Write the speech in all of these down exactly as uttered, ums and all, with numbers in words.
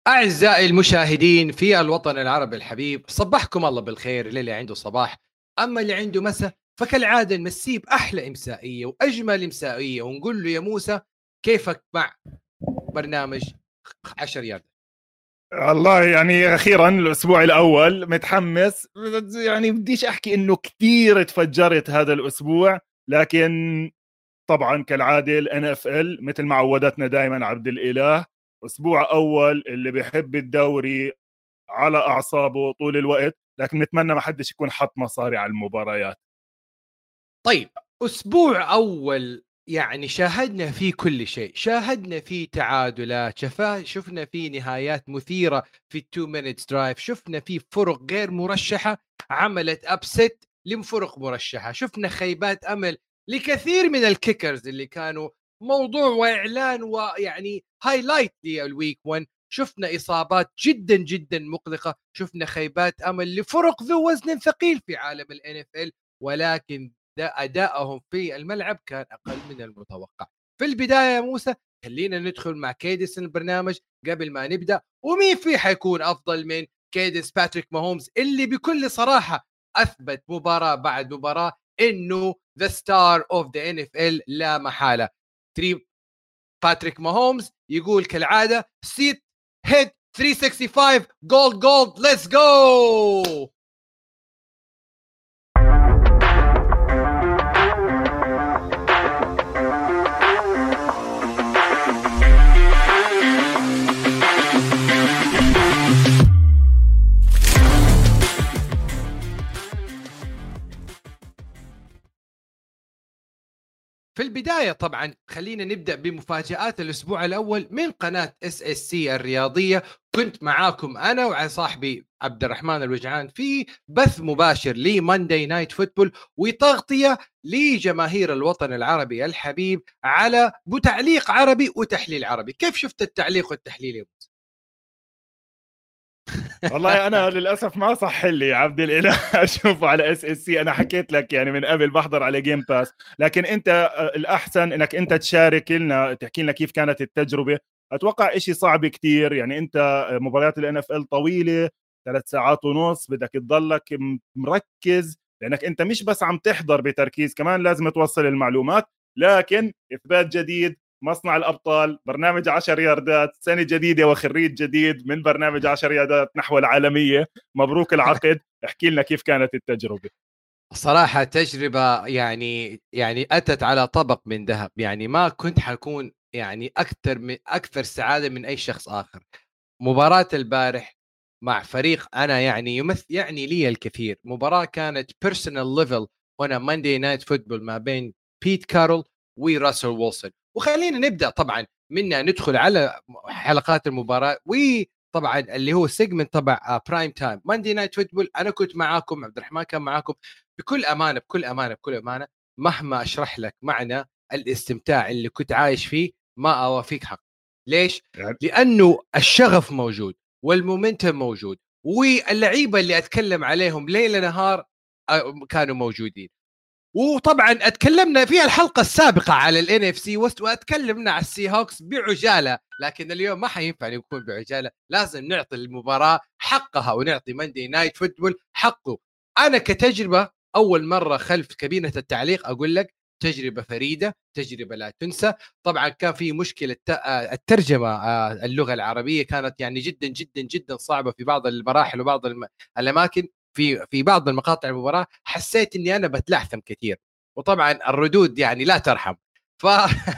أعزائي المشاهدين في الوطن العربي الحبيب، صبحكم الله بالخير للي عنده صباح. أما اللي عنده مساء فكالعادة نمسيه بأحلى إمسائية وأجمل إمسائية ونقول له يا موسى كيفك مع برنامج عشر يارد. والله يعني أخيرا الأسبوع الأول متحمس. يعني بديش أحكي إنه كثير تفجرت هذا الأسبوع، لكن طبعا كالعادة ال إن إف إل مثل ما عودتنا دائما عبد الإله، أسبوع أول اللي بيحب الدوري على أعصابه طول الوقت، لكن نتمنى ما حدش يكون حط مصاري على المباريات. طيب، أسبوع أول يعني شاهدنا فيه كل شيء، شاهدنا فيه تعادلات، شفا شفنا فيه نهايات مثيرة في التو مينتس درايف، شفنا فيه فرق غير مرشحة عملت أبست لفرق مرشحة، شفنا خيبات أمل لكثير من الكيكرز اللي كانوا موضوع وإعلان ويعني هايلايت للويك واحد، شفنا إصابات جدا جدا مقلقة، شفنا خيبات أمل لفرق ذو وزن ثقيل في عالم ال إن إف إل، ولكن أدائهم في الملعب كان أقل من المتوقع. في البداية يا موسى خلينا ندخل مع كيدس البرنامج قبل ما نبدأ، ومين فيه حيكون أفضل من كيدس باتريك ماهومز اللي بكل صراحة أثبت مباراة بعد مباراة إنه the star of the إن إف إل لا محالة. تري باتريك ماهومز يقول كالعادة سيت هيد ثلاثمية وخمسة وستين جولد جولد ليتس جو. في البداية طبعا خلينا نبدأ بمفاجآت الأسبوع الأول من قناة اس اس سي الرياضية. كنت معاكم أنا وصاحبي عبد الرحمن الوجعان في بث مباشر لماندي نايت فوتبول وتغطية لجماهير الوطن العربي الحبيب على بتعليق عربي وتحليل عربي. كيف شفت التعليق والتحليل يا والله انا للاسف ما صح لي عبد الاله اشوفه على اس اس سي. انا حكيت لك يعني من قبل بحضر على جيم باس، لكن انت الاحسن انك انت تشارك لنا، تحكي لنا كيف كانت التجربه. اتوقع إشي صعب كتير، يعني انت مباريات الان اف ال طويله، ثلاث ساعات ونص، بدك تضلك مركز لانك انت مش بس عم تحضر بتركيز، كمان لازم توصل المعلومات. لكن اثبات جديد، مصنع الأبطال، برنامج عشر ياردات، سنة جديدة وخريج جديد من برنامج عشر ياردات نحو العالمية. مبروك العقد. احكي لنا كيف كانت التجربة. صراحة تجربة يعني يعني أتت على طبق من ذهب، يعني ما كنت حكون يعني أكثر من أكثر سعادة من أي شخص آخر. مباراة البارح مع فريق أنا يعني يمثل يعني لي الكثير، مباراة كانت بيرسونال ليفل هنا ماندي نايت فوتبول ما بين بيت كارول وراسل ويلسون. وخلينا نبدأ طبعا منا ندخل على حلقات المباراة، وطبعا اللي هو سيجمنت طبعا برايم تايم ماندي نايت فوتبول. أنا كنت معاكم، عبد الرحمن كان معاكم. بكل أمانة بكل أمانة بكل أمانة مهما أشرح لك معنى الاستمتاع اللي كنت عايش فيه ما أوافيك حق. ليش؟ يعني لأنه الشغف موجود والمومنتم موجود، واللعيبة اللي أتكلم عليهم ليل نهار كانوا موجودين. وطبعا اتكلمنا في الحلقة السابقة على ال إن إف سي وست واتكلمنا على السي هوكس بعجالة، لكن اليوم ما حينفع يكون بعجالة، لازم نعطي المباراة حقها ونعطي ماندي نايت فوتبول حقه. أنا كتجربة أول مرة خلف كابينة التعليق أقول لك تجربة فريدة، تجربة لا تنسى. طبعا كان في مشكلة الترجمة، اللغة العربية كانت يعني جدا جدا جدا صعبة في بعض المراحل وبعض الأماكن. في في بعض المقاطع المباراة حسيت اني انا بتلعثم كثير، وطبعا الردود يعني لا ترحم. ف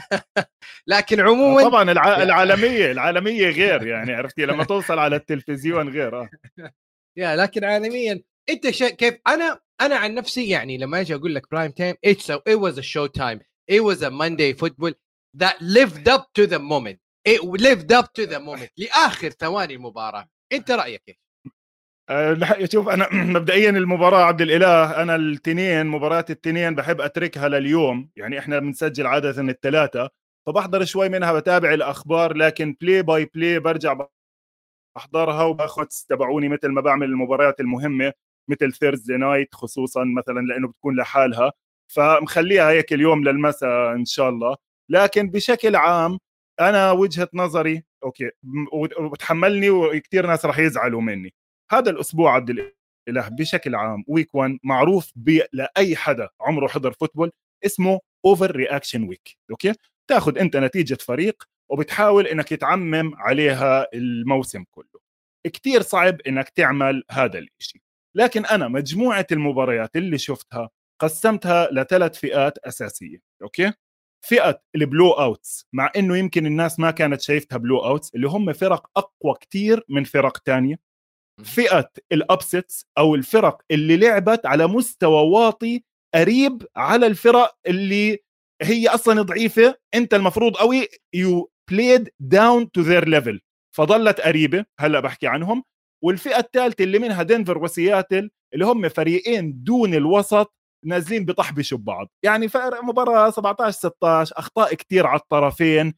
لكن عموما طبعا الع... العالمية العالمية غير، يعني عرفتي لما توصل على التلفزيون غير. اه يا لكن عالميا انت شا... كيف انا انا عن نفسي يعني لما اجي اقول لك برايم تايم اتس it was a show time, it was a Monday football that lived up to the moment, it lived up to the moment لاخر ثواني المباراة. انت رايك ايش؟ أه شوف انا مبدئيا المباراه عبد الاله، انا الاثنين مباريات التنين بحب اتركها لليوم، يعني احنا بنسجل عاده الثلاثه، فبحضر شوي منها، بتابع الاخبار، لكن بلاي باي بلاي برجع بحضرها وباخذ تبعوني مثل ما بعمل المباريات المهمه مثل ثيرزداي نايت خصوصا مثلا لانه بتكون لحالها، فمخليها هيك اليوم للمساء ان شاء الله. لكن بشكل عام انا وجهه نظري اوكي وتحملني وكثير ناس راح يزعلوا مني. هذا الاسبوع عبد الاله بشكل عام ويك واحد معروف لاي حدا عمره حضر فوتبول اسمه اوفر رياكشن ويك. اوكي تاخذ انت نتيجه فريق وبتحاول انك تعمم عليها الموسم كله. كتير صعب انك تعمل هذا الاشي، لكن انا مجموعه المباريات اللي شفتها قسمتها لثلاث فئات اساسيه. اوكي فئه البلو اوتس، مع انه يمكن الناس ما كانت شايفتها بلو اوتس، اللي هم فرق اقوى كتير من فرق تانية. فئه الابسيتس او الفرق اللي لعبت على مستوى واطي قريب على الفرق اللي هي اصلا ضعيفه، انت المفروض قوي يو بلايد داون تو ذير ليفل فضلت قريبه، هلا بحكي عنهم. والفئه الثالثه اللي منها دنفر وسياتل، اللي هم فريقين دون الوسط نازلين بطحبشوا ببعض، يعني فرق مباراه سبعة عشر ستة عشر، اخطاء كتير على الطرفين.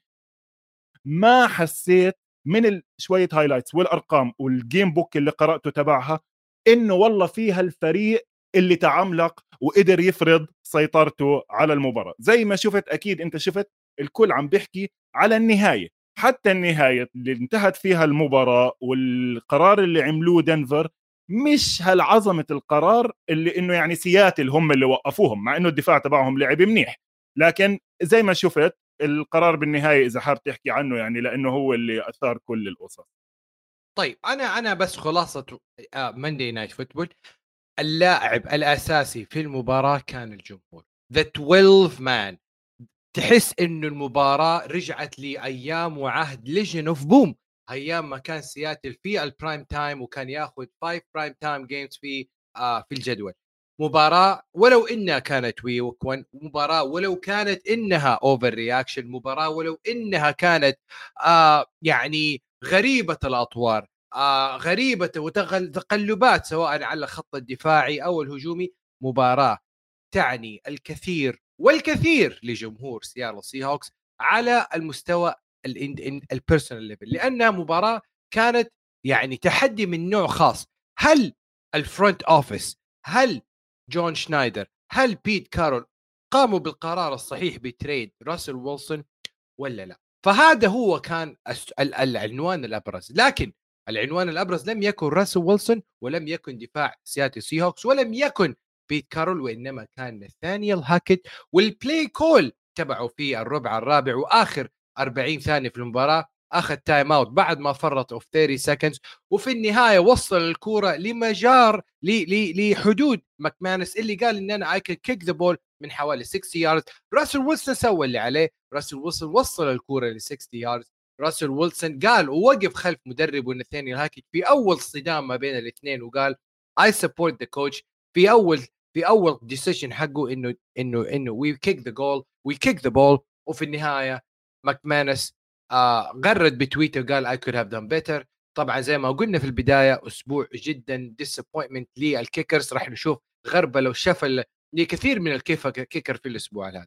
ما حسيت من شويه هايلايتس والارقام والجيم بوك اللي قراته تبعها انه والله فيها الفريق اللي تعملق وقدر يفرض سيطرته على المباراه. زي ما شفت اكيد انت شفت الكل عم بيحكي على النهايه، حتى النهايه اللي انتهت فيها المباراه والقرار اللي عملوه دنفر مش هالعظمه القرار اللي انه يعني سياتل هم اللي وقفوهم، مع انه الدفاع تبعهم لعب منيح، لكن زي ما شفت القرار بالنهايه اذا حاب تحكي عنه يعني لانه هو اللي اثار كل القصص. طيب انا انا بس خلاصه ماندي نايت فوتبول، اللاعب الاساسي في المباراه كان الجمهور، ذا اثناشر مان. تحس انه المباراه رجعت لايام وعهد ليجن اوف بوم، ايام ما كان سياتل في البرايم تايم وكان ياخذ خمسة برايم تايم جيمز في آه في الجدول. مباراه ولو انها كانت وي وكون، مباراه ولو كانت انها اوفر رياكشن، مباراه ولو انها كانت آه يعني غريبه الاطوار، آه غريبه وتقلبات سواء على الخط الدفاعي او الهجومي. مباراه تعني الكثير والكثير لجمهور سيارة سي هوكس على المستوى البيرسونال ليفل، لأنها مباراة كانت يعني تحدي من نوع خاص. هل الفرونت اوفيس، هل جون شنايدر، هل بيت كارول قاموا بالقرار الصحيح بتريد راسل ويلسون ولا لا؟ فهذا هو كان العنوان الأبرز، لكن العنوان الأبرز لم يكن راسل ويلسون، ولم يكن دفاع سياتل سي هوكس، ولم يكن بيت كارول، وإنما كان ناثانيال هاكيت والبلاي كول تبعه في الربع الرابع وآخر أربعين ثانية في المباراة. أخذ تايم اوت بعد ما فرط اوف ثلاثين سكندز، وفي النهاية وصل الكرة لمجار لحدود ماكمانس اللي قال إن أنا I can kick the ball من حوالي ستين يارد. راسل ويلسون سوى اللي عليه، راسل ويلسون وصل الكرة ل ستين يارد. راسل ويلسون قال ووقف خلف مدربه ناثانيال هاكيت في أول صدام ما بين الاثنين وقال I support the coach في أول في اول ديسيشن حقه انه انه انه وي كيك ذا جول وي كيك ذا بول. وفي النهايه ماكمانس آه غرد بتويتر قال اي كود هاف دون بيتر. طبعا زي ما قلنا في البدايه اسبوع جدا ديسابوينتمنت للكيكرز، راح نشوف غربله وشفل لكثير من الكيكر في الاسبوع هذا.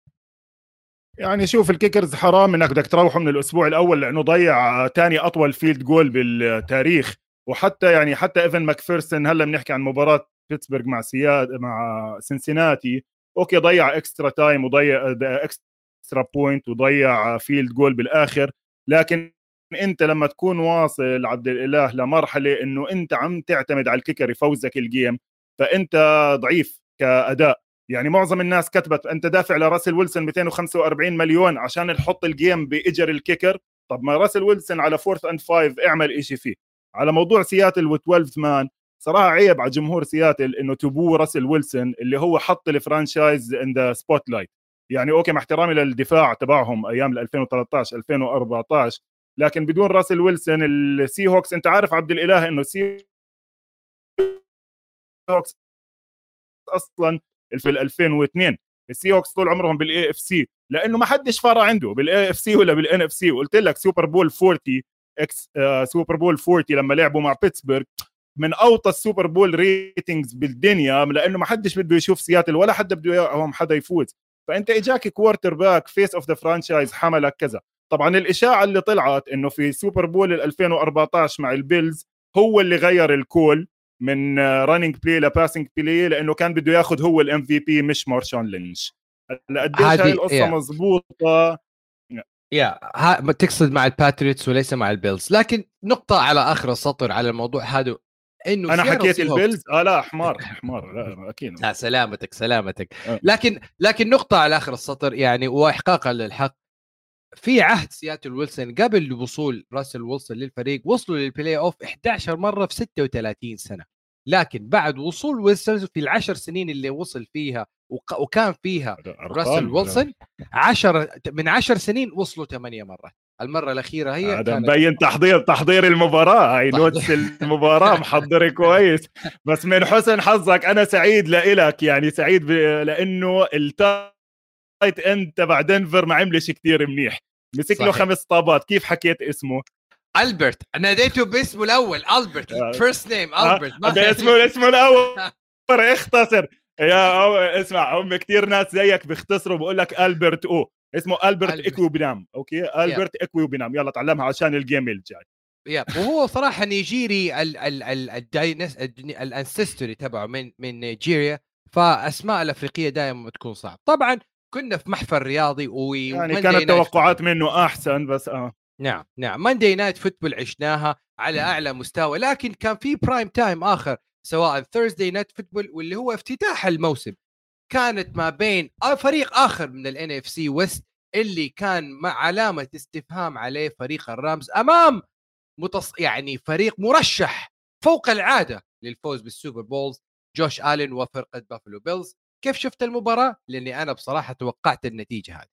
يعني شوف الكيكرز حرام انك بدك تروحوا من الاسبوع الاول لانه ضيع ثاني اطول فيلد جول بالتاريخ. وحتى يعني حتى ايفن ماكفيرسون، هلا بنحكي عن مباراه بيتسبرغ مع سياد مع سنسيناتي، اوكي ضيع اكسترا تايم وضيع اكسترا بوينت وضيع فيلد جول بالاخر، لكن انت لما تكون واصل عبد الاله لمرحله انه انت عم تعتمد على الكيكر يفوزك الجيم، فانت ضعيف كاداء. يعني معظم الناس كتبت انت دافع لراسل ويلسون مئتين وخمسة وأربعين مليون عشان نحط الجيم باجر الكيكر. طب ما راسل ويلسون على فورث اند فايف اعمل اشي فيه. على موضوع سياتل و12 مان، صراحه عيب على جمهور سياتل انه تبوه راسل ويلسون اللي هو حط الفرانشايز ان ذا سبوت لايت. يعني اوكي مع احترامي للدفاع تبعهم ايام ألفين وثلاثة عشر ألفين وأربعة عشر، لكن بدون راسل ويلسون السي هوكس، انت عارف عبد الاله انه السي هوكس اصلا في ألفين واثنين السي هوكس طول عمرهم بالاي اف سي لانه ما حدش فار عنده بالاي اف سي ولا بالان اف سي. وقلت لك سوبر بول أربعين اكس آه سوبر بول أربعين لما لعبوا مع بيتسبرغ من اوطى السوبر بول ريتنجز بالدنيا، لانه ما حدش بده يشوف سياتل ولا حدا بده اياهم حدا يفوز. فانت اجاك كوارتر باك فيس اوف ذا فرانشايز حملك كذا. طبعا الاشاعه اللي طلعت انه في سوبر بول ألفين وأربعة عشر مع البيلز هو اللي غير الكول من رانينج بلاي لباسنج بلاي لانه كان بده ياخذ هو الام في بي مش مارشون لينش. قديش هاي القصه yeah. مزبوطه يا ها تقصد مع الباتريوتس وليس مع البيلز. لكن نقطة على آخر السطر على الموضوع هذا إنه انا سيارة حكيت سي هوكس. البيلز اه لا حمار حمار لا اكيد. لا سلامتك سلامتك. آه. لكن لكن نقطة على آخر السطر يعني وإحقاقا للحق، في عهد سياتل ويلسون قبل وصول راسل ويلسون للفريق وصلوا للبلاي اوف إحدى عشرة مرة في ستة وثلاثين سنة. لكن بعد وصول ويلسون في العشر سنين اللي وصل فيها وق- وكان فيها راسل ارقام ويلسون عشرة من عشر سنين وصلوا ثمانية مرات. المرة الأخيرة هي هذا كانت مبين تحضير تحضير المباراة، هاي تحضير. نوتس المباراة محضر كويس. بس من حسن حظك أنا سعيد لإلك، يعني سعيد ب... لأنه التايت اند تبع دنفر ما عملش كتير منيح، مسك له صحيح. خمس طابات. كيف حكيت اسمه؟ ألبرت، ناديته باسمه الأول ألبرت، آه. فيرست نيم آه. ألبرت. ما اسمه اسمه الأول اختصر يا أو... اسمع، هم كتير ناس زيك بيختصروا بقول لك ألبرت او اسمه ألبرت إكويبنام. اوكي ألبرت إكويبنام، يلا تعلمها عشان الجيم الجاي. يا وهو صراحه نيجيري، ال ال ال الداينس الانسستوري تبعه من من نيجيريا، فاسماء الافريقيه دائما تكون صعب. طبعا كنا في محفل رياضي يعني وماندي كانت نايت توقعات فوتبول. منه احسن بس اه نعم نعم ماندي نايت فوتبول عشناها على اعلى مستوى، لكن كان في برايم تايم اخر سواء ثيرزداي نايت فوتبول واللي هو افتتاح الموسم، كانت ما بين فريق اخر من الان اف سي ويست اللي كان مع علامه استفهام عليه، فريق الرامز، امام متص... يعني فريق مرشح فوق العاده للفوز بالسوبر بولز، جوش آلين وفرقه بافلو بيلز. كيف شفت المباراه؟ لاني انا بصراحه توقعت النتيجه هذه.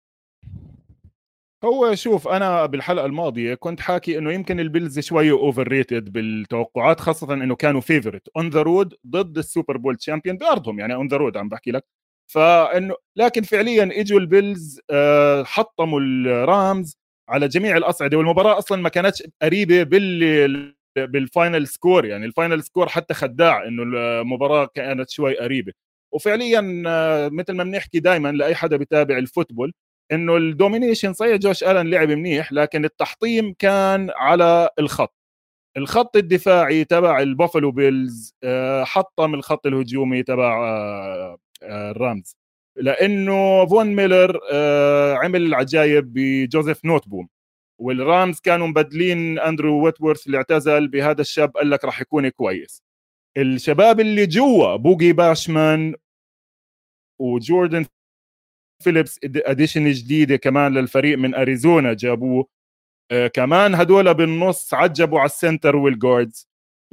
هو شوف، انا بالحلقه الماضيه كنت حاكي انه يمكن البيلز شويه اوفر ريتد بالتوقعات، خاصه انه كانوا فيفورت اون ذا رود ضد السوبر بول تشامبيون بارضهم، يعني اون ذا رود عم بحكي لك. فانه لكن فعليا اجوا البيلز آه حطموا الرامز على جميع الاصعده، والمباراه اصلا ما كانتش قريبه بال بالفاينل سكور، يعني الفاينل سكور حتى خداع انه المباراه كانت شوي قريبه. وفعليا آه مثل ما بنحكي دائما لاي حدا بيتابع الفوتبول، انه الدومينيشن صحيح جوش آلن لعب منيح، لكن التحطيم كان على الخط الخط الدفاعي تبع البافلو بيلز، حطم الخط الهجومي تبع الرامز، لانه فون ميلر عمل العجايب بجوزيف نوتبوم، والرامز كانوا مبدلين اندرو ويتورث اللي اعتزل بهذا الشاب، قال لك راح يكون كويس. الشباب اللي جوا بوجي باشمان وجوردن فيليبس اديشن جديده كمان للفريق من اريزونا جابوه، آه كمان هدول بالنص عجبوا على السنتر والجاردز،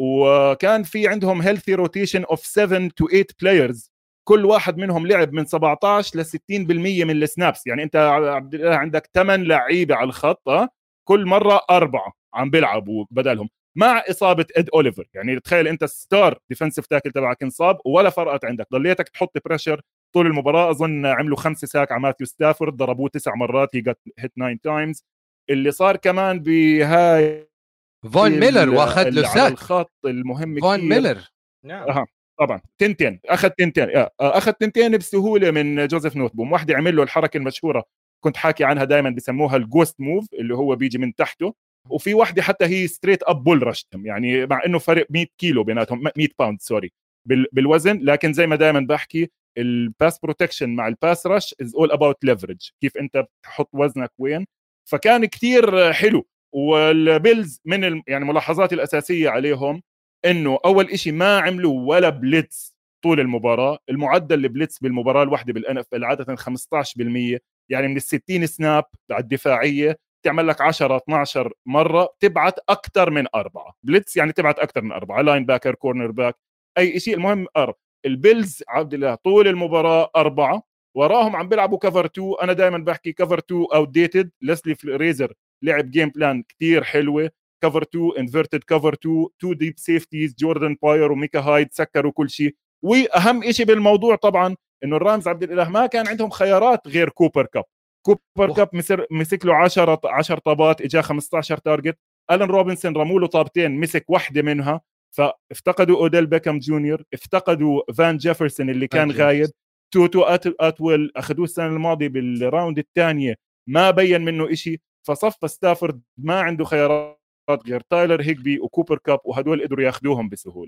وكان في عندهم هيلثي روتيشن اوف سبعة تو ثمانية بلايرز، كل واحد منهم لعب من سبعة عشر ل ستين بالمية من السنابس. يعني انت عبد الله عندك ثمان لعيبه على الخط، آه كل مره اربعه عم بيلعبوا بدلهم، مع اصابه اد اوليفر. يعني تخيل انت ستار ديفنسيف تاكل تبعك انصاب ولا فرقت عندك، ضليتك تحط بريشر طول المباراه. اظن عملوا خمسه ساك على ماثيو ستافورد، ضربوه تسع مرات، هي جت هيت ناين تايمز. اللي صار كمان بهاي فون ميلر واخذ له اللي على ساك. الخط المهم فون كثير، ميلر نعم اها طبعا تنتين اخذ تنتين اخذ تنتين بسهوله من جوزيف نوتبوم. واحده عمل له الحركه المشهوره كنت حاكي عنها دائما، بسموها الجوست موف، اللي هو بيجي من تحته. وفي واحده حتى هي ستريت اب بول رشتهم، يعني مع انه فرق مية كيلو بيناتهم، مية باوند سوري بالوزن، لكن زي ما دائما بحكي الباس بروتكشن مع الباس رش از اول اباوت ليفرج، كيف انت بتحط وزنك وين. فكان كتير حلو. والبيلز من ال... يعني ملاحظاتي الاساسيه عليهم انه اول إشي ما عملوا ولا بليتس طول المباراه. المعدل البليتس بالمباراه الواحده بالان اف ال عاده خمسة عشر بالمية، يعني من ال ستين سناب على الدفاعيه تعمل لك عشرة اثناشر مره تبعت اكثر من اربعه بليتس، يعني تبعت اكثر من اربعه لاين باكر كورنر باك اي شيء، المهم اربعه. البيلز عبد الله طول المباراه اربعه، وراهم عم بيلعبوا كفر اتنين. انا دائما بحكي كفر اتنين اوت ديتد. ليسلي ريزر لعب جيم بلان كتير حلوه، كفر اتنين انفيرتد كفر اتنين تو ديب سيفتيز، جوردن باير وميكا هايد سكروا كل شيء. واهم شيء بالموضوع طبعا انه الرامز عبد الاله ما كان عندهم خيارات غير كوبر كاب. كوبر كاب مسك له عشرة عشرة طابات، اجاه خمسة عشر تارجت. الن روبنسون رموا له طابتين مسك واحده منها، فافتقدوا اوديل بيكام جونيور، افتقدوا فان جيفرسون اللي كان غايب. توتو اتول اخذوه السنه الماضيه بالراوند الثانيه، ما بين منه إشي. فصف ستافورد ما عنده خيارات غير تايلر هيجبي وكوبر كاب، وهدول قدروا ياخذوهم بسهوله.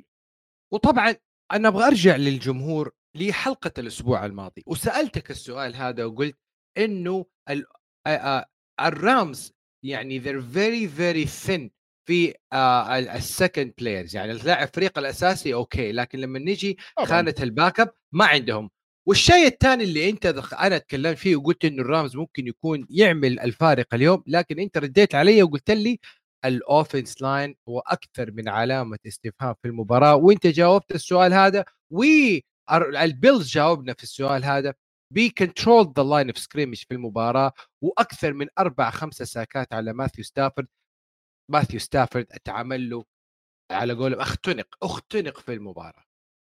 وطبعا انا ابغى ارجع للجمهور لحلقه الاسبوع الماضي وسالتك السؤال هذا وقلت انه الرامز يعني they're very very thin في السكند بلايرز، يعني اللاعب فريق الاساسي اوكي، لكن لما نجي خانه الباك اب ما عندهم. والشيء الثاني اللي انت دخ... انا اتكلمت فيه وقلت انه الرامز ممكن يكون يعمل الفارق اليوم، لكن انت رديت علي وقلت لي الاوفنس لاين هو اكثر من علامه استفهام في المباراه، وانت جاوبت السؤال هذا، والبيلز جاوبنا في السؤال هذا. بي كنترول ذا لاين اوف سكريمش في المباراه، واكثر من اربع خمسه ساكات على ماثيو ستافورد. ماثيو ستافورد اتعامل له على قولهم اختنق اختنق في المباراه.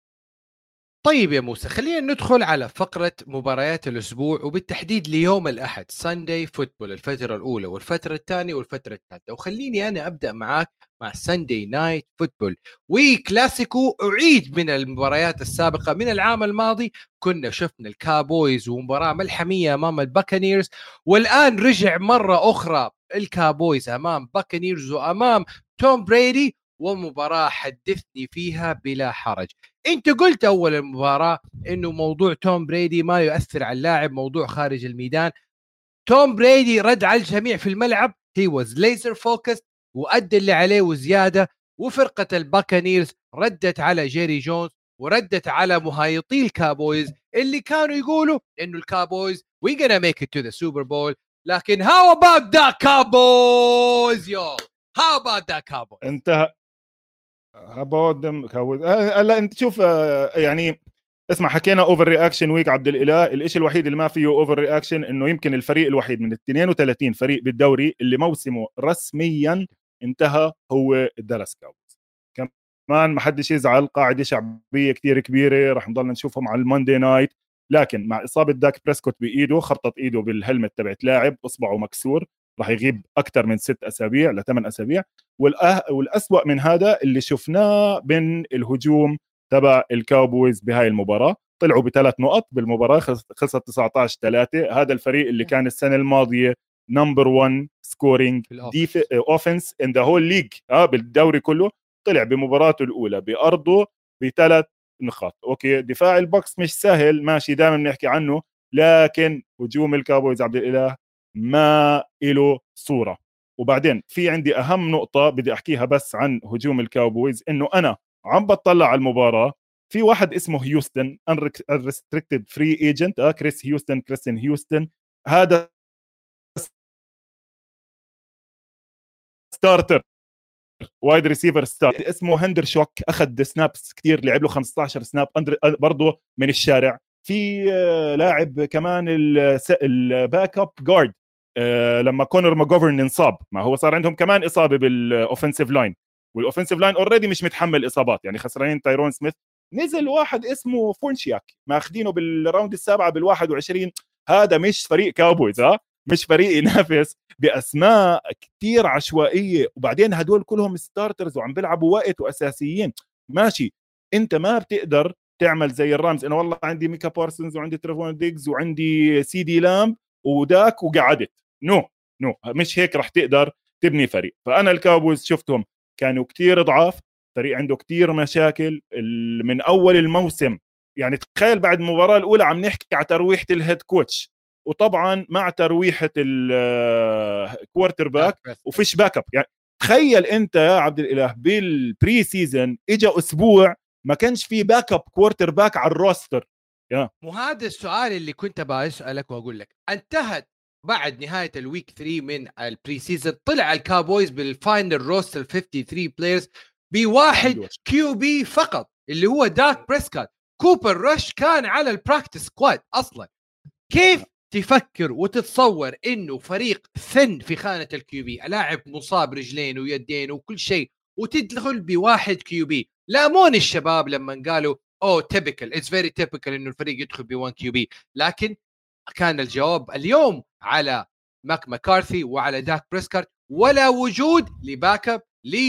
طيب يا موسى، خلينا ندخل على فقرة مباريات الأسبوع، وبالتحديد ليوم الأحد سانداي فوتبول، الفترة الأولى والفترة الثانية والفترة الثالثة. وخليني أنا أبدأ معاك مع سانداي نايت فوتبول، وكلاسيكو أعيد من المباريات السابقة من العام الماضي. كنا شفنا الكابويز ومباراة ملحمية أمام الباكانيرز، والآن رجع مرة أخرى الكابويز أمام باكانيرز وأمام توم بريدي، ومباراة حدثني فيها بلا حرج. انت قلت اول المباراه انه موضوع توم بريدي ما يؤثر على اللاعب، موضوع خارج الميدان. توم بريدي رد على الجميع في الملعب، هي واز ليزر فوكس وادى اللي عليه وزياده. وفرقه الباكانيرز ردت على جيري جونز وردت على مهايطي الكابويز اللي كانوا يقولوا انه الكابويز وي gonna make it to the Super Bowl، لكن how about that Cowboys yo how about that Cowboys. انتهى هبودم كاوز. هلا انت شوف يعني اسمع، حكينا اوفر رياكشن ويك عبد الاله. الاشي الوحيد اللي ما فيه اوفر رياكشن انه يمكن الفريق الوحيد من ال اثنين وثلاثين فريق بالدوري اللي موسمه رسميا انتهى هو الدالاس كاوز. كمان ما حدش يزعل، قاعده شعبيه كتير كبيره، راح نضلنا نشوفهم على الموندي نايت، لكن مع اصابه داك بريسكوت بايده، خبطت ايده بالهلمت تبعت لاعب، اصبعه مكسور، راح يغيب اكثر من ست اسابيع لثمان اسابيع. والأه... والاسوأ من هذا اللي شفناه من الهجوم تبع الكاوبويز بهاي المباراه. طلعوا بثلاث نقط بالمباراه، خلصت تسعة عشر ثلاثة. هذا الفريق اللي كان السنه الماضيه نمبر واحد سكورينج اوفنس ان ذا هول ليج اه بالدوري كله، طلع بمباراته الاولى بارضه بثلاث نقاط. اوكي دفاع البوكس مش سهل، ماشي دائما بنحكي عنه، لكن هجوم الكاوبويز عبد الاله ما له صوره. وبعدين في عندي اهم نقطه بدي احكيها بس عن هجوم الكاوبويز، انه انا عم بطلع على المباراه، في واحد اسمه هيوستن unrestricted free agent اه كريس هيوستن كريستين هيوستن، هذا ستارتر وايد ريسيفر ستار اسمه هندر شوك، اخذ سنابس كثير، لعب له خمسة عشر سناب برضه من الشارع. في لاعب كمان الباك اب جارد لما كونر ماجوفرن انصاب، ما هو صار عندهم كمان اصابه بالاوفنسيف لاين، والاوفنسيف لاين اوريدي مش متحمل اصابات، يعني خسرانين تايرون سميث، نزل واحد اسمه فونشياك ماخذينه بالراوند السابعه بالواحد وعشرين. هذا مش فريق كاوبويز، ها مش فريق ينافس باسماء كتير عشوائيه، وبعدين هدول كلهم ستارترز وعم بيلعبوا وقت واساسيين. ماشي انت ما بتقدر تعمل زي الرامز انه والله عندي ميكا بارسونز وعندي تريفون ديجز وعندي سي دي لامب وداك وقعدت، نو no. نو no. مش هيك رح تقدر تبني فريق. فانا الكاوبويز شفتهم كانوا كتير ضعاف، فريق عنده كتير مشاكل من اول الموسم. يعني تخيل بعد المباراه الاولى عم نحكي على ترويحه الهيد كوتش، وطبعا مع ترويحه الكوارتر باك وفيش باك اب. يعني تخيل انت يا عبد الاله بالبري سيزن اجى اسبوع ما كانش في باك اب كوارتر باك على الروستر. مو هذا السؤال اللي كنت بسألك واقول لك، انتهت بعد نهايه الويك ثلاثة من البري سيزن، طلع الكابويز بالفاينل روستر ثلاثة وخمسين بلايرز بواحد كيو بي فقط اللي هو داك بريسكوت. كوبر رش كان على البراكتس سكواد اصلا. كيف تفكر وتتصور انه فريق ثن في خانه الكيو بي، لاعب مصاب رجلين ويدين وكل شيء، وتدخل بواحد كيو بي؟ لامون الشباب لما قالوا اوه تيبيكال اتس فيري تيبيكال انه الفريق يدخل بواحد كيو بي، لكن كان الجواب اليوم على ماك مكارثي وعلى داك بريسكوت، ولا وجود لباك اب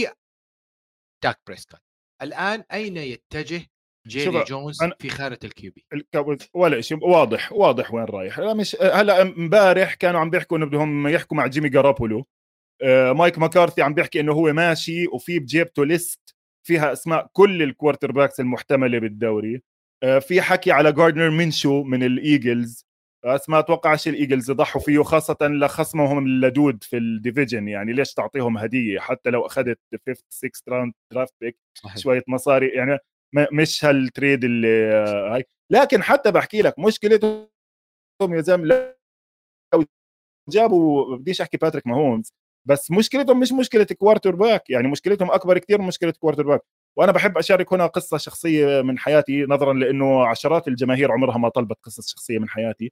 لداك بريسكوت. الان اين يتجه جيري جونز في خانه الكيو بي؟ ولا شيء واضح، واضح وين رايح. مش هلا امبارح كانوا عم بيحكوا انه بدهم يحكوا مع جيمي جارابولو. آه مايك مكارثي عم بيحكي انه هو ماشي وفي بجيبته ليست فيها اسماء كل الكوارتر باكس المحتمله بالدوري. آه في حكي على جاردنر مينشو من الايجلز. بس ما اتوقعش الايجلز يضحوا فيه، خاصه لخصمهم اللدود في الديفيجن. يعني ليش تعطيهم هديه حتى لو اخذت خمسة ستة راوند درافت بيك؟ شويه مصاري يعني، مش هالتريد اللي هاي. لكن حتى بحكي لك مشكلتهم يا زلمه، لو جابوا، بديش احكي باتريك ماهومز، بس مشكلتهم مش مشكله كوارتر باك، يعني مشكلتهم اكبر كثير من مشكله كوارتر باك. وانا بحب اشارك هنا قصه شخصيه من حياتي، نظرا لانه عشرات الجماهير عمرها ما طلبت قصص شخصيه من حياتي.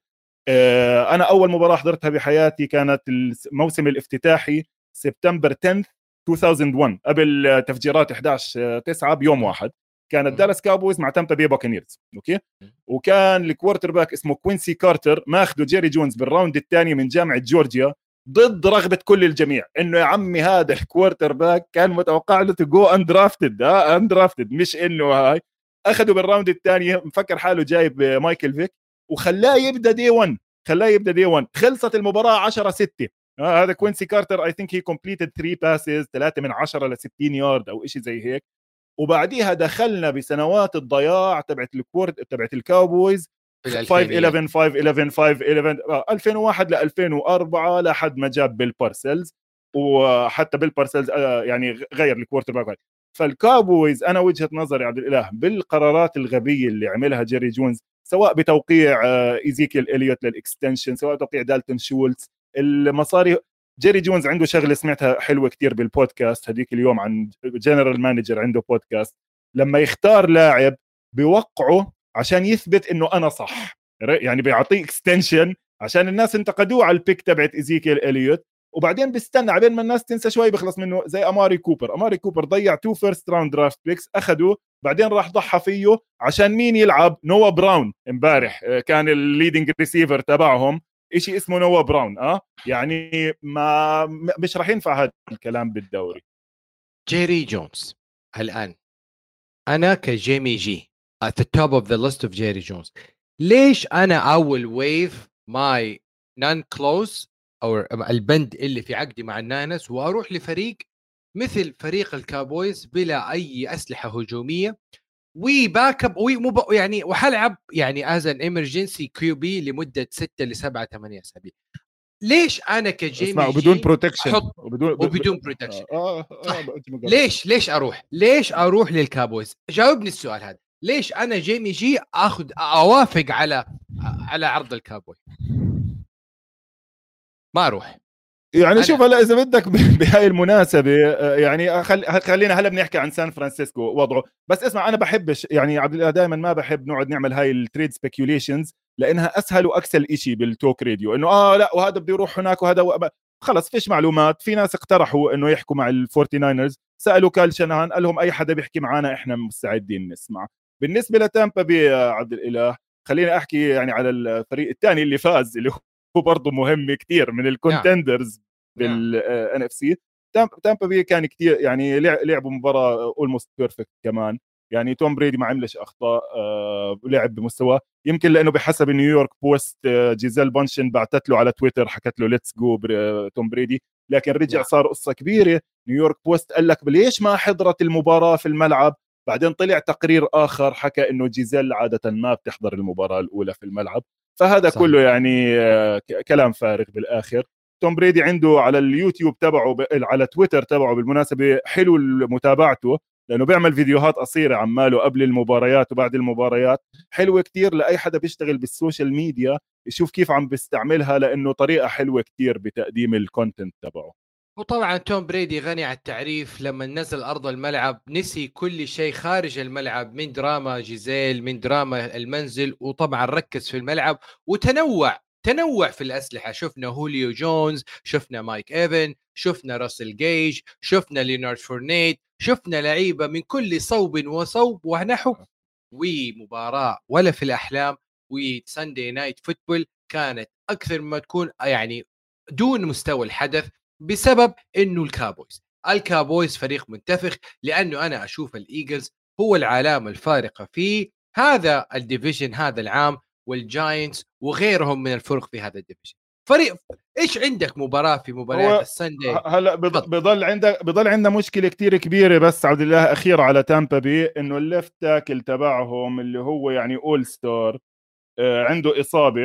انا اول مباراه حضرتها بحياتي كانت الموسم الافتتاحي سبتمبر عشرة ألفين وواحد، قبل تفجيرات أحد عشر تسعة بيوم واحد. كانت دالاس كاوبويز مع تامبا بي باكنيرز، اوكي. وكان الكوارتر باك اسمه كوينسي كارتر، ماخذه جيري جونز بالراوند الثاني من جامعه جورجيا، ضد رغبه كل الجميع، انه يا عمي هذا الكوارتر باك كان متوقع له تو اندرافتد، ها اندرافتد، مش انه هاي. اخذه بالراوند الثاني، مفكر حاله جايب مايكل فيك، وخلاه يبدا دي واحد، خلاه يبدا دي واحد. خلصت المباراه عشرة ستة. آه هذا كوينسي كارتر اي ثينك هي كومبليتد ثلاثة باسز، ثلاثة من عشرة ل ستين يارد او شيء زي هيك. وبعديها دخلنا بسنوات الضياع تبعت الكورت تبعت الكاوبويز، خمسة واحد واحد خمسة واحد واحد خمسة واحد واحد ألفين وواحد ل ألفين وأربعة، لحد ما جاب بيل بارسلز. وحتى بيل بارسلز يعني غير الكوارتر باك. فالكاوبويز انا وجهه نظري عبد الاله بالقرارات الغبيه اللي عملها جيري جونز، سواء بتوقيع ايزيكيل اليوت للاكستنشن، سواء توقيع دالتون شولتز، المصاري. جيري جونز عنده شغله سمعتها حلوه كتير بالبودكاست هذيك اليوم عن جنرال مانجر عنده بودكاست، لما يختار لاعب بيوقعه عشان يثبت انه انا صح، يعني بيعطيه اكستنشن عشان الناس انتقدوه على البيك تبعت ايزيكيل اليوت، وبعدين بيستنى عبين ما الناس تنسى شوي بيخلص منه. زي اماري كوبر، اماري كوبر ضيع تو فيرست راوند درافت بيكس، اخذوا بعدين راح ضحى فيه عشان مين يلعب؟ نوا براون. امبارح كان الليدنج ريسيفر تبعهم إشي اسمه نوا براون. اه يعني ما مش راح ينفع هذا الكلام بالدوري. جيري جونز الآن، أنا كجيمي جي at the top of the list of جيري جونز، ليش أنا أول ويف ماي نان كلوز أو البند اللي في عقدي مع الناينس وأروح لفريق مثل فريق الكابويز بلا أي أسلحة هجومية وباك اب ومب... يعني وحلعب يعني از ان ايمرجنسي كيو بي لمده ستة لسبعة ثمانية اسابيع؟ ليش انا كجيمي وبدون جي بروتكشن احط وبدون وبدون بروتكشن؟ آه آه صح. آه ليش ليش اروح ليش اروح للكابويز؟ جاوبني السؤال هذا. ليش انا جيمي جي اخذ اوافق على على عرض الكابوي؟ ما اروح. يعني أنا. شوف هلا اذا بدك بهاي المناسبه يعني خل... خلينا هلا بنحكي عن سان فرانسيسكو وضعه. بس اسمع، انا بحبش يعني عبد الله، دائما ما بحب نقعد نعمل هاي التريد سبيكيوليشنز، لانها اسهل واكسل إشي بالتوك راديو، انه اه لا وهذا بده يروح هناك وهذا و... خلص فيش معلومات. في ناس اقترحوا انه يحكوا مع الفورتي ناينرز، سالوا كال شنهان قال لهم اي حدا بيحكي معنا احنا مستعدين نسمع. بالنسبه لتامبا بي عبد الاله، خليني احكي يعني على الفريق الثاني اللي فاز، اللي هو برضه مهم كتير من الكونتندرز بالان اف سي. تامبا بي كان كتير يعني لعبوا مباراه اولموست بيرفكت كمان. يعني توم بريدي ما عملش اخطاء، آه لعب بمستواه، يمكن لانه بحسب نيويورك بوست آه جيزيل بونشن بعثت له على تويتر حكت له ليتس جو توم بريدي، لكن رجع نعم. صار قصه كبيره. نيويورك بوست قال لك ليش ما حضرت المباراه في الملعب؟ بعدين طلع تقرير اخر حكى انه جيزيل عاده ما بتحضر المباراه الاولى في الملعب. فهذا صحيح. كله يعني آه كلام فارغ بالاخر. توم بريدي عنده على اليوتيوب تبعه على تويتر تبعه بالمناسبة حلو متابعته، لأنه بيعمل فيديوهات قصيرة عماله قبل المباريات وبعد المباريات، حلوة كتير لأي حدا بيشتغل بالسوشيال ميديا يشوف كيف عم بيستعملها، لأنه طريقة حلوة كتير بتقديم الكونتنت تبعه. وطبعا توم بريدي غني عن التعريف، لما نزل أرض الملعب نسي كل شيء خارج الملعب من دراما جيزيل، من دراما المنزل، وطبعا ركز في الملعب وتنوع تنوع في الأسلحة. شفنا هوليو جونز، شفنا مايك إيفن، شفنا راسل جيج، شفنا ليونارد فورنيت، شفنا لعيبة من كل صوب وصوب ونحو. ومباراة ولا في الأحلام، وساندي نايت فوتبول كانت أكثر ما تكون يعني دون مستوى الحدث، بسبب انه الكابويز الكابويز فريق منتفخ. لانه انا اشوف الايجلز هو العلامه الفارقه في هذا الديفيجن هذا العام، والجاينتس وغيرهم من الفرق في هذا الديفيجن. فريق ايش عندك مباراه في مباريات الساندي؟ هلا بضل عندك بضل عندنا مشكله كتير كبيره بس عبد الله اخيره على تامبا بي، انه الليفت تاكل تبعهم اللي هو يعني اول ستار عنده اصابه،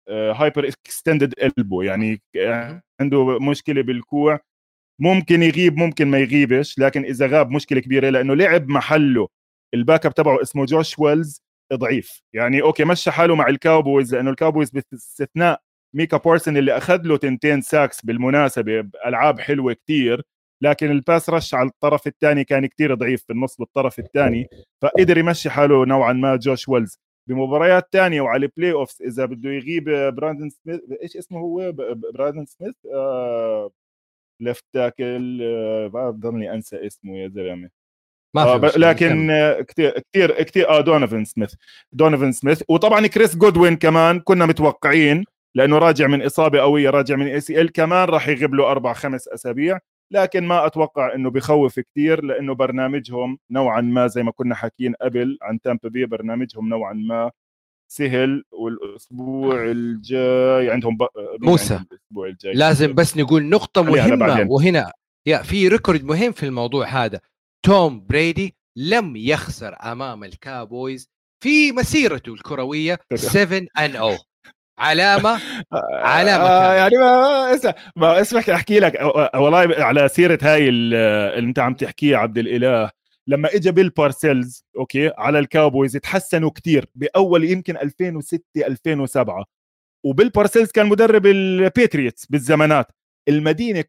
هايبر اكستندد البو، يعني عنده مشكله بالكوع، ممكن يغيب ممكن ما يغيبش، لكن اذا غاب مشكله كبيره لانه لعب محله الباك اب تبعه اسمه جوش ويلز ضعيف. يعني اوكي مشى حاله مع الكاوبويز لانه الكاوبويز باستثناء ميكا بورسن اللي اخذ له تنتين ساكس بالمناسبه بالعاب حلوه كتير، لكن الباس رش على الطرف الثاني كان كتير ضعيف في النص بالطرف الثاني، فقدر يمشي حاله نوعا ما جوش ويلز. بمباريات تانية وعلى البلاي اوفز اذا بده يغيب براندن سميث، ايش اسمه هو براندن سميث آه ليفت تاكل، آه بضلني انسى اسمه يا زلمه. ما في آه لكن آه كثير كثير كثير اه دونيفن سميث دونيفن سميث وطبعا كريس جودوين كمان كنا متوقعين لانه راجع من اصابه قويه، راجع من اي سي ال، كمان راح يغيب له اربع خمس اسابيع، لكن ما اتوقع انه بخوف كثير لانه برنامجهم نوعا ما زي ما كنا حاكيين قبل عن تامبا بي، برنامجهم نوعا ما سهل، والاسبوع الجاي عندهم ب... موسى عندهم الاسبوع الجاي لازم بس نقول نقطة مهمة، وهنا يا في ريكورد مهم في الموضوع هذا. توم بريدي لم يخسر امام الكابويز في مسيرته الكروية سبعة أند أو، علامة علامة آه يعني ما اسمع ما اسمح احكي لك والله على سيرة هاي اللي انت عم تحكيها عبد الاله. لما اجى بيل بارسيلز اوكي على الكاوبويز تحسنوا كتير باول يمكن ألفين وستة ألفين وسبعة، وبيل بارسيلز كان مدرب البيتريتس بالزمانات، المدينة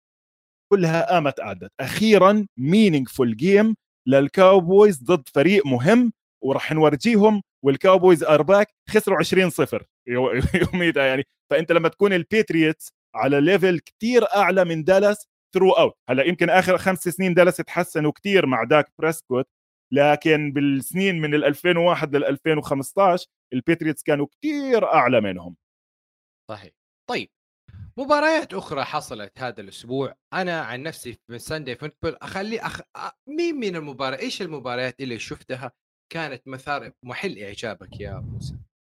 كلها قامت قعدت. اخيرا مينينغفول جيم للكاوبويز ضد فريق مهم وراح نورجيهم، والكاوبويز ارباك خسروا عشرين صفر يوميتها يعني. فانت لما تكون البيتريتس على ليفل كتير اعلى من دالاس ثرو اوت، هلا يمكن اخر خمس سنين دالاس تحسنوا كتير مع داك بريسكوت، لكن بالسنين من ألفين وواحد لل ألفين وخمسطعش البيتريتس كانوا كتير اعلى منهم. صحيح. طيب مباريات اخرى حصلت هذا الاسبوع، انا عن نفسي في ساندي فوتبول اخلي أخ... مين من المباريات، ايش المباريات اللي شفتها كانت مثار محل اعجابك يا موسى؟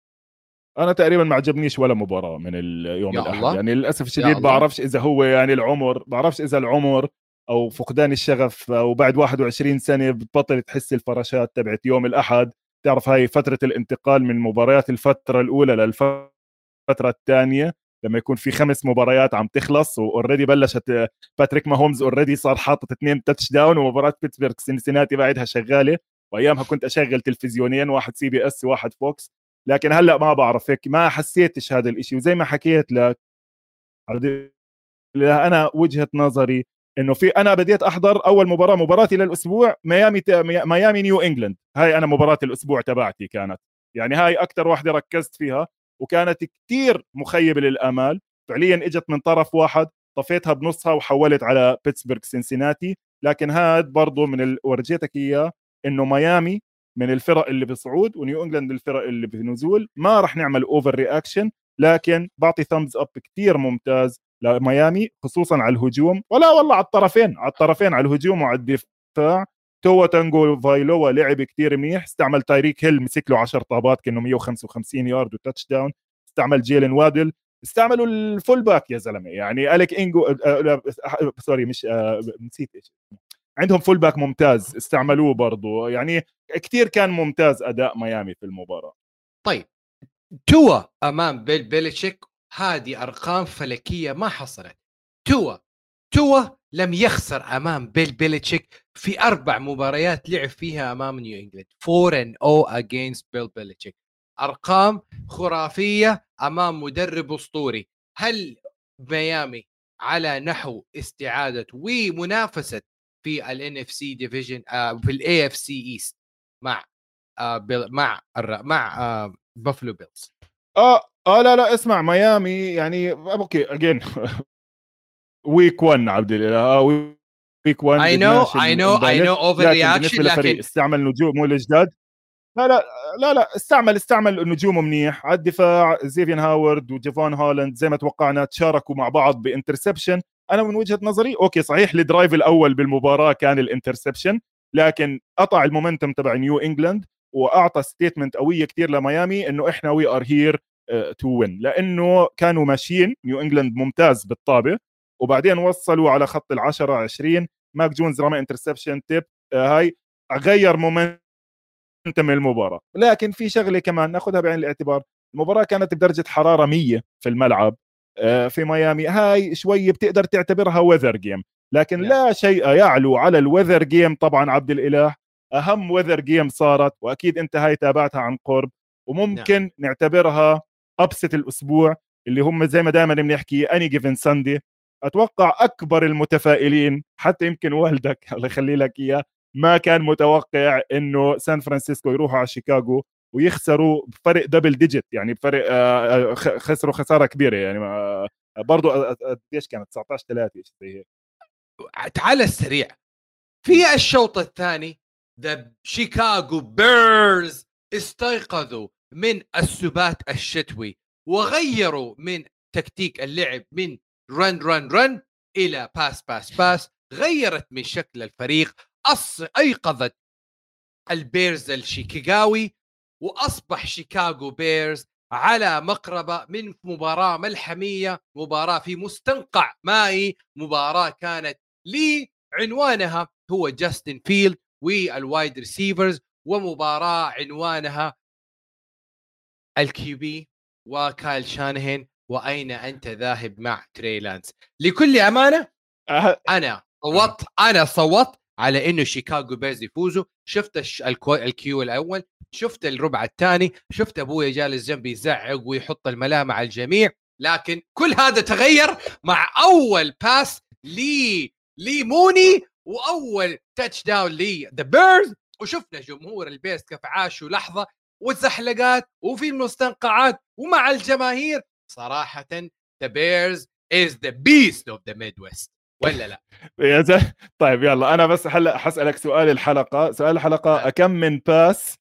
انا تقريبا ما عجبنيش ولا مباراه من اليوم الاحد الله. يعني للاسف الشديد. بعرفش اذا هو يعني العمر، بعرفش اذا العمر او فقدان الشغف، او بعد واحد وعشرين سنه بتبطل تحس الفراشات تبعت يوم الاحد. تعرف هاي فتره الانتقال من مباريات الفتره الاولى للفتره الثانيه، لما يكون في خمس مباريات عم تخلص واوريدي بلشت باتريك ماهومز اوريدي صار حاطط اثنين تاتش داون، ومباراه بيتسبرغ سينسيناتي بعدها شغاله، وايامها كنت اشغل تلفزيونين، واحد سي بي اس وواحد فوكس. لكن هلا ما بعرف هيك ما حسيتش هذا الاشي. وزي ما حكيت لك انا وجهة نظري انه في انا بديت احضر اول مباراة مباراتي للاسبوع ميامي ميامي نيو انجلاند، هاي انا مباراة الاسبوع تبعتي كانت، يعني هاي اكثر واحدة ركزت فيها، وكانت كتير مخيبة للامال. فعليا اجت من طرف واحد، طفيتها بنصها وحولت على بيتسبرغ سينسيناتي. لكن هاد برضو من ال... ورجيتك اياه انه ميامي من الفرق اللي بصعود ونيو انجلاند الفرق اللي بنزول، ما راح نعمل اوفر رياكشن، لكن بعطي ثامز اب كتير ممتاز لميامي خصوصا على الهجوم، ولا والله على الطرفين، على الطرفين على الهجوم وعلى الدفاع. توا تانجو فايلوا لعب كتير منيح، استعمل تايريك هيل مسك له عشر طابات كانه مية وخمسة وخمسين يارد وتاتش داون، استعمل جيلن وادل، استعملوا الفول باك يا زلمه يعني اليك انجو آه آه سوري مش آه نسيت ايش عندهم فول باك ممتاز استعملوه برضو، يعني كتير كان ممتاز اداء ميامي في المباراه. طيب توا امام بيل بيليتشيك هذه ارقام فلكيه ما حصلت. توا توا لم يخسر امام بيل بيليتشيك في اربع مباريات لعب فيها امام نيو انجلاند، أربعة أند أو against بيل بيليتشيك، ارقام خرافيه امام مدرب اسطوري. هل ميامي على نحو استعاده ومنافسه في الان اف سي ديفيجن في الاي اف سي ايست مع آه مع مع آه بافلو بيلز؟ اه اه لا لا اسمع ميامي يعني اوكي اجين ويك واحد عبد الله اه ويك واحد اي نو اي نو اي نو اوفر لكن رياكشن، بالنسبه لفريق لكن استعمل نجومه الجداد، لا لا لا لا استعمل استعمل نجومه منيح على الدفاع. زيفين هاورد وجيفون هولاند زي ما توقعنا تشاركوا مع بعض بانترسبشن. انا من وجهه نظري اوكي صحيح الدرايف الاول بالمباراه كان الانترسبشن، لكن قطع المومنتم تبع نيو انجلاند واعطى ستيتمنت قويه كثير لميامي انه احنا وي ار هير تو وين، لانه كانوا ماشيين نيو انجلاند ممتاز بالطابه، وبعدين وصلوا على خط العشرة عشرين، ماك جونز رمى انترسبشن تيب، هاي غير مومنتم تنتهي المباراه. لكن في شغله كمان ناخذها بعين الاعتبار، المباراه كانت بدرجه حراره مية في الملعب في ميامي، هاي شوي بتقدر تعتبرها ويذر جيم، لكن yeah. لا شيء يعلو على الويذر جيم. طبعا عبد الاله اهم ويذر جيم صارت، واكيد انت هاي تابعتها عن قرب، وممكن yeah. نعتبرها ابسط الاسبوع، اللي هم زي ما دائما بنحكي اني جيفن ساندي. اتوقع اكبر المتفائلين، حتى يمكن والدك الله يخلي لك اياه، ما كان متوقع انه سان فرانسيسكو يروحوا على شيكاغو ويخسروا بفرق دبل ديجيت، يعني بفرق خسروا خساره كبيره يعني. برضه قديش كانت تسعطعش ثلاثة زي هيك. تعال السريع في الشوط الثاني، ذا شيكاغو بيرز استيقظوا من السبات الشتوي وغيروا من تكتيك اللعب من رن رن رن الى باس باس باس، غيرت من شكل الفريق، أص... ايقظت البيرز الشيكاغوي، واصبح شيكاغو بيرز على مقربة من مباراة ملحمية، مباراة في مستنقع مائي، مباراة كانت لعنوانها هو جاستن فيلد والوايد ريسيفرز، ومباراة عنوانها الكيو بي وكايل شانهين، وأين أنت ذاهب مع تري لانس. لكل أمانة أنا صوت أنا صوت على إنه شيكاغو بيرز يفوزوا. شفت الكيو الأول، شفت الربع الثاني، شفت أبويا جالس جنبي يزعق ويحط الملامة على الجميع، لكن كل هذا تغير مع أول باس لي لي موني وأول تاتش داون لي ذا بيرز. وشفنا جمهور البيرز كيف عاشوا لحظة والزحلقات وفي المستنقعات ومع الجماهير. صراحة the Bears is the beast of the Midwest، ولا لا؟ يا زلمه طيب يلا انا بس هلا حسألك سؤال الحلقة. سؤال الحلقة أكم من باس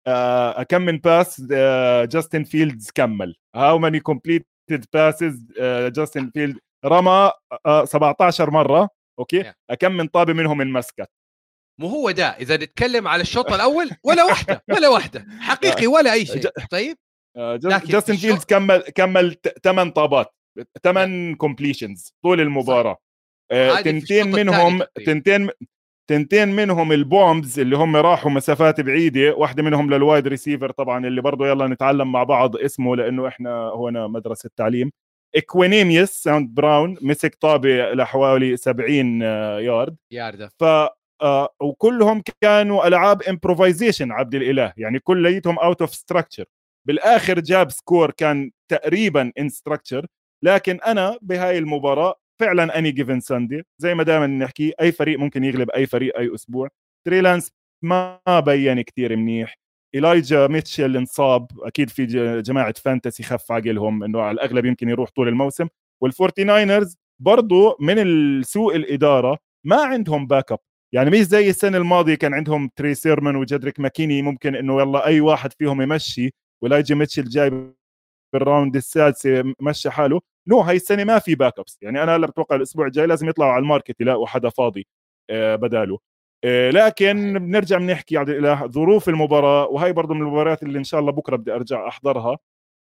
أكم من باس جاستن فيلدز كمل؟ how many completed passes جاستن فيلد رمى؟ سبعتاشر مرة. اوكي، أكم من طابة منهم انمسكت؟ مو هو ده إذا نتكلم على الشوط الأول ولا واحدة ولا واحدة حقيقي ولا أي شيء. طيب جاستن فيلدز كمل كمل ثمان طابات، ثمان كومبليشنز طول المباراة. آه، تنتين منهم تنتين تنتين منهم البومبز اللي هم راحوا مسافات بعيدة، واحدة منهم للوايد ريسيفر طبعا، اللي برضو يلا نتعلم مع بعض اسمه لأنه إحنا هنا مدرسة تعليم. إكوينيميوس ساوند براون مسك طابة لحوالي سبعين يارد يارد ف آه وكلهم كانوا ألعاب امبروفايزيشن عبد الإله، يعني كليتهم اوت اوف ستراكشر. بالاخر جاب سكور كان تقريبا ان ستراكشر. لكن انا بهاي المباراه فعلا اني جيفن ساندي، زي ما دائما نحكي اي فريق ممكن يغلب اي فريق اي اسبوع. تري لانس ما بين كتير منيح. إيلايجا ميتشل انصاب، اكيد في جماعه فانتسي خف عقلهم انه على الاغلب يمكن يروح طول الموسم. والفورتي ناينرز برضو من السوء الاداره ما عندهم باك اب، يعني مش زي السنه الماضيه كان عندهم تري سيرمان وجدريك ماكيني ممكن انه يلا اي واحد فيهم يمشي، ولايجي ميتشل جاي بالراوند السادسه مشى حاله. نو هاي السنه ما في باك ابس، يعني انا هلا بتوقع الاسبوع الجاي لازم يطلعوا على الماركت يلاقوا حدا فاضي آه بداله. آه لكن بنرجع بنحكي الى ظروف المباراه، وهي برضه من المباريات اللي ان شاء الله بكره بدي ارجع احضرها.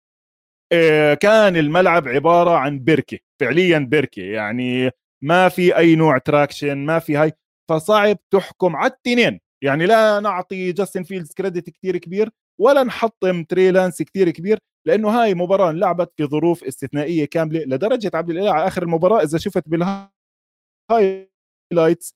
آه كان الملعب عباره عن بركه، فعليا بركه، يعني ما في اي نوع تراكشن، ما في هاي، فصعب تحكم على التنين. يعني لا نعطي جاستن فيلدز كريدت كتير كبير ولا نحطم تري لانس كتير كبير، لانه هاي مباراه لعبت في ظروف استثنائيه كامله. لدرجه عبد الاله على اخر المباراه اذا شفت بالهايلايتس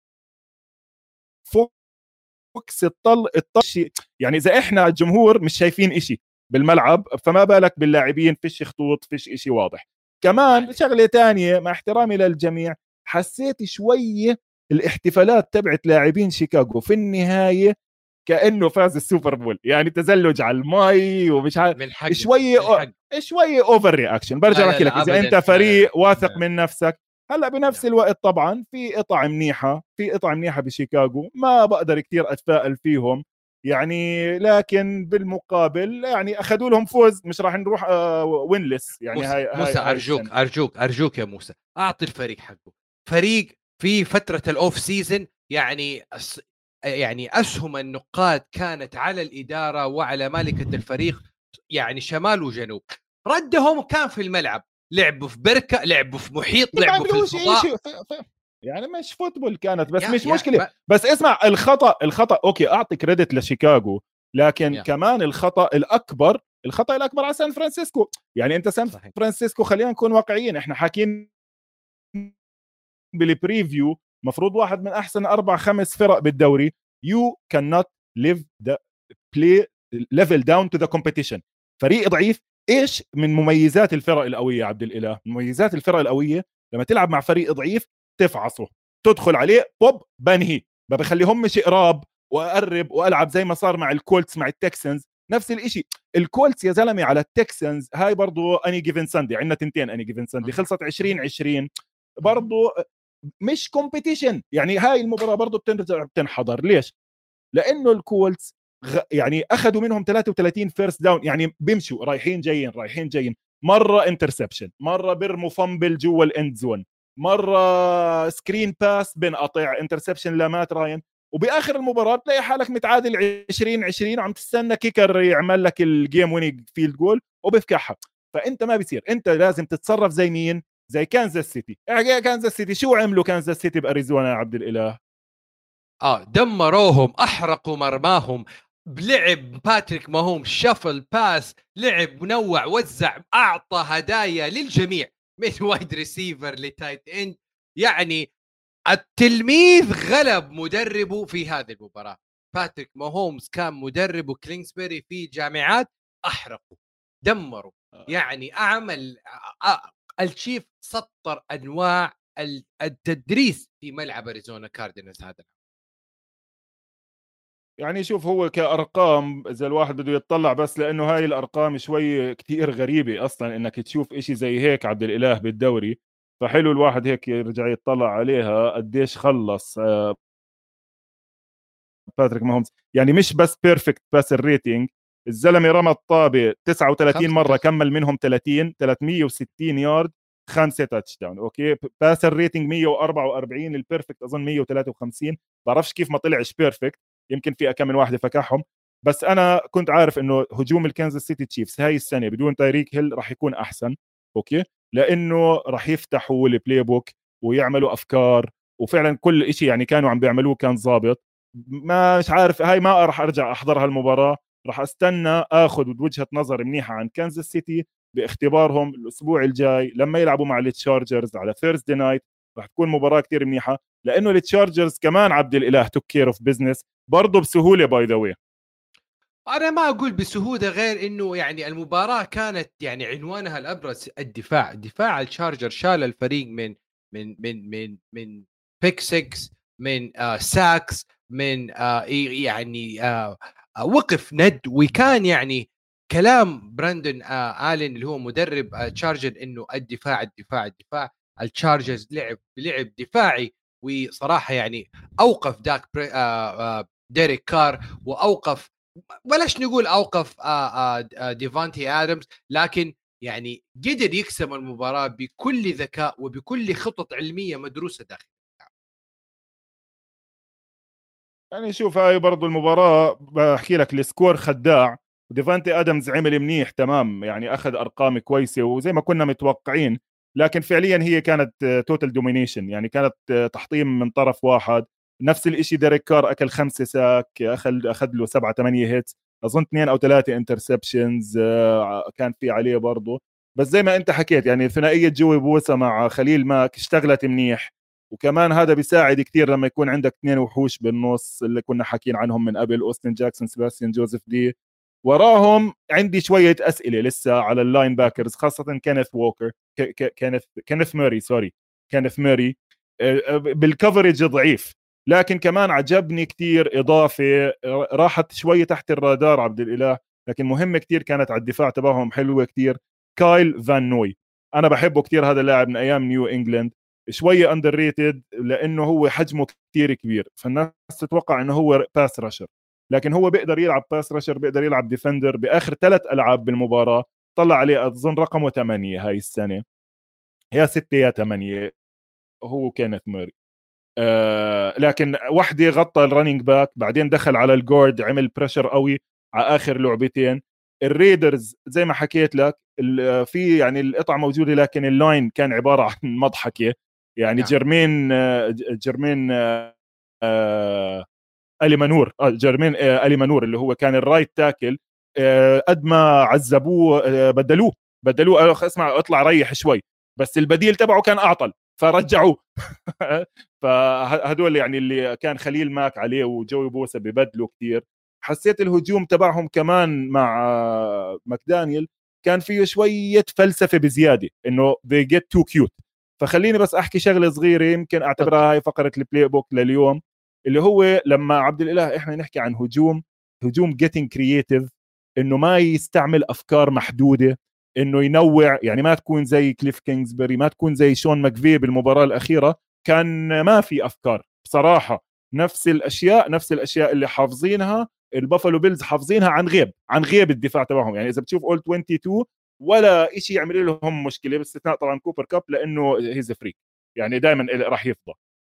فوكس الطل الطش، يعني اذا احنا الجمهور مش شايفين إشي بالملعب فما بالك باللاعبين، فيش خطوط فيش إشي واضح. كمان شغله تانية مع احترامي للجميع، حسيت شويه الاحتفالات تبعت لاعبين شيكاغو في النهايه كانه فاز السوبر بول، يعني تزلج على المي ومش عارف، شويه شويه اوفر رياكشن. برجع احكي لك اذا انت فريق واثق من نفسك. هلا بنفس الوقت طبعا في قطع منيحه في قطع منيحه بشيكاغو ما بقدر كتير اتفائل فيهم يعني، لكن بالمقابل يعني اخذوا لهم فوز، مش راح نروح آه وينلس يعني. موسى, هاي موسى هاي ارجوك هاي ارجوك ارجوك يا موسى اعطي الفريق حقه. فريق في فتره الاوف سيزن يعني أس يعني اسهم النقاد كانت على الاداره وعلى مالكه الفريق، يعني شمال وجنوب. ردهم كان في الملعب، لعبوا في بركه، لعبوا في محيط، لعبوا في الفضاء. يعني مش فوتبول كانت، بس يا مش يا مشكله. ما بس اسمع، الخطا الخطا اوكي، اعطي كريدت لشيكاغو، لكن يا كمان الخطا الاكبر الخطا الاكبر على سان فرانسيسكو. يعني انت سان صحيح. فرانسيسكو، خلينا نكون واقعيين، احنا حاكين بالبريفيو مفروض واحد من احسن اربع خمس فرق بالدوري. يو كان نوت ليف ذا بلاي ليفل داون تو ذا كومبيتيشن. فريق ضعيف. ايش من مميزات الفرق القويه يا عبد الاله؟ مميزات الفرق القويه لما تلعب مع فريق ضعيف تفعصه، تدخل عليه بوب بنهي، ما بخليهمش اقراب واقرب والعب زي ما صار مع الكولتس مع التكسنز. نفس الاشي الكولتس يا زلمه على التكسنز، هاي برضو اني جيفن ساندي، عندنا تنتين اني جيفن ساندي خلصت عشرين عشرين برضو. مش كومبيتيشن. يعني هاي المباراه برضو بترجع بتنحضر. ليش؟ لانه الكولتس غ... يعني اخذوا منهم ثلاثة وثلاثين فيرست داون، يعني بيمشوا رايحين جايين رايحين جايين، مره انترسبشن، مره بيرموا فامبل جوا الاند زون، مره سكرين باس بنقطع انترسبشن لمات راين، وباخر المباراه بتلاقي حالك متعادل عشرين عشرين وعم تستنى كيكر يعمل لك الجيم ويننج فيلد جول وبفكحها. فانت ما بيصير، انت لازم تتصرف زي مين؟ زي كانزاس سيتي. كانزاس سيتي شو عملوا كانزاس سيتي باريزونا يا عبد الاله؟ اه دمروهم، احرقوا مرماهم، بلعب باتريك ماهوم شفل باس، لعب منوع، وزع، اعطى هدايا للجميع من وايد ريسيفر لتايت اند. يعني التلميذ غلب مدربه في هذه المباراة. باتريك ماهومز كان مدربه كلينغسبري في جامعات، احرقوا دمروا. يعني اعمل الشيف سطر انواع التدريس في ملعب اريزونا كاردينالز هذا. يعني شوف، هو كأرقام إذا الواحد بده يتطلع، بس لأنه هاي الأرقام شوي كتير غريبة أصلا إنك تشوف إشي زي هيك عبد الإله بالدوري. فحلو الواحد هيك يرجع يتطلع عليها قديش خلص آه، باتريك ماهومز. يعني مش بس بيرفكت باس الريتنج، الزلمة رمى الطابة تسعة وثلاثين مرة، كمل منهم ثلاثين، ثلاثمية وستين يارد، خمسة تاتش داون. اوكي، باس الريتنج مية وأربعة وأربعين، البيرفكت اظن مية وثلاثة وخمسين. بعرفش كيف ما طلعش بيرفكت، يمكن في كم من واحدة فكحهم. بس انا كنت عارف انه هجوم الكنزاس سيتي تشيفز هاي السنة بدون تايريك هيل راح يكون احسن. اوكي، لانه راح يفتحوا البلاي بوك ويعملوا افكار، وفعلا كل شيء يعني كانوا عم بيعملوه كان ظابط. ما مش عارف، هاي ما راح ارجع احضر هالمباراه، راح استنى اخذ وجهه نظر منيحه عن كانزاس سيتي باختبارهم الاسبوع الجاي لما يلعبوا مع التشارجرز على ثيرزداي نايت. راح تكون مباراه كتير منيحه، لانه التشارجرز كمان عبد الاله توك كير اوف بزنس برضه بسهوله باي ذا واي. انا ما اقول بسهوله، غير انه يعني المباراه كانت يعني عنوانها الابرز الدفاع. دفاع الشارجر شال الفريق من من من من من بيك ستة، من آه ساكس، من آه يعني آه وقف ند. وكان يعني كلام براندون آه آلين اللي هو مدرب آه تشارجر انه الدفاع الدفاع الدفاع. التشارجرز لعب لعب دفاعي، وصراحه يعني اوقف داك آه آه ديريك كار، واوقف، بلاش نقول اوقف آه آه ديفانتي ادمز، لكن يعني قدر يكسب المباراه بكل ذكاء وبكل خطط علميه مدروسه داخل. يعني شوف، هاي برضو المباراة بحكي لك السكور خداع، وديفانتي ادمز عمل منيح تمام، يعني اخذ ارقام كويسة وزي ما كنا متوقعين. لكن فعليا هي كانت توتال دومينيشن، يعني كانت آه، تحطيم من طرف واحد. نفس الاشي ديريك كار اكل خمسة ساك، اخذ اخذ له سبعة ثمانية هيتس، اظن اثنين او ثلاثة انترسبشنز كان في عليه برضه. بس زي ما انت حكيت، يعني ثنائية جوي بوسا مع خليل ماك اشتغلت منيح. وكمان هذا بيساعد كثير لما يكون عندك اثنين وحوش بالنص اللي كنا حاكين عنهم من قبل، اوستن جاكسون، سباستيان جوزيف دي. وراهم عندي شوية أسئلة لسه على اللاين باكرز، خاصة كينيث ووكر، كينيث كينيث ماري سوري كينيث ماري. بالكفرج ضعيف، لكن كمان عجبني كثير إضافة راحت شوية تحت الرادار عبد الإله، لكن مهمة كثير كانت على الدفاع تبعهم، حلوة كثير. كايل فان نوي، أنا بحبه كثير هذا اللاعب من أيام نيو إنجلاند. شويه اندر ريتد لانه هو حجمه كثير كبير، فالناس تتوقع انه هو باس راشر، لكن هو بيقدر يلعب باس راشر، بيقدر يلعب ديفندر. باخر ثلاث العاب بالمباراه طلع عليه اظن رقمه ثمانية هاي السنه، يا ستة يا ثمانية، هو كانت ماري. آه لكن وحده غطى الرننج باك، بعدين دخل على الجورد، عمل بريشر قوي على اخر لعبتين. الريدرز زي ما حكيت لك في يعني القطعه موجوده، لكن اللاين كان عباره عن مضحكه. يعني نعم. جيرمين جيرمين الي مانور اه جيرمين الي مانور اللي هو كان الرايت تاكل، قد ما عذبوه بدلوه بدلوه اسمع اطلع ريح شوي، بس البديل تبعه كان اعطل فرجعوه. فهدول يعني اللي كان خليل ماك عليه وجوي بوسا ببدلوا كثير. حسيت الهجوم تبعهم كمان مع ماكدانيال كان فيه شوية فلسفة بزيادة انه they get too cute. فخليني بس احكي شغلة صغيرة يمكن اعتبرها هاي فقرة البلاي بوك لليوم، اللي هو لما عبد الاله احنا نحكي عن هجوم هجوم getting creative، انه ما يستعمل افكار محدودة، انه ينوع، يعني ما تكون زي كليف كينغزبري، ما تكون زي شون ماكفي بالمباراة الأخيرة كان ما في افكار بصراحة. نفس الاشياء نفس الاشياء اللي حافظينها البافلو بيلز حافظينها عن غيب عن غيب الدفاع تبعهم. يعني اذا بتشوف اول اثنين وعشرين ولا شيء يعمل لهم مشكله باستثناء طبعا كوبر كاب لانه هيز فريك يعني دائما راح يفضل.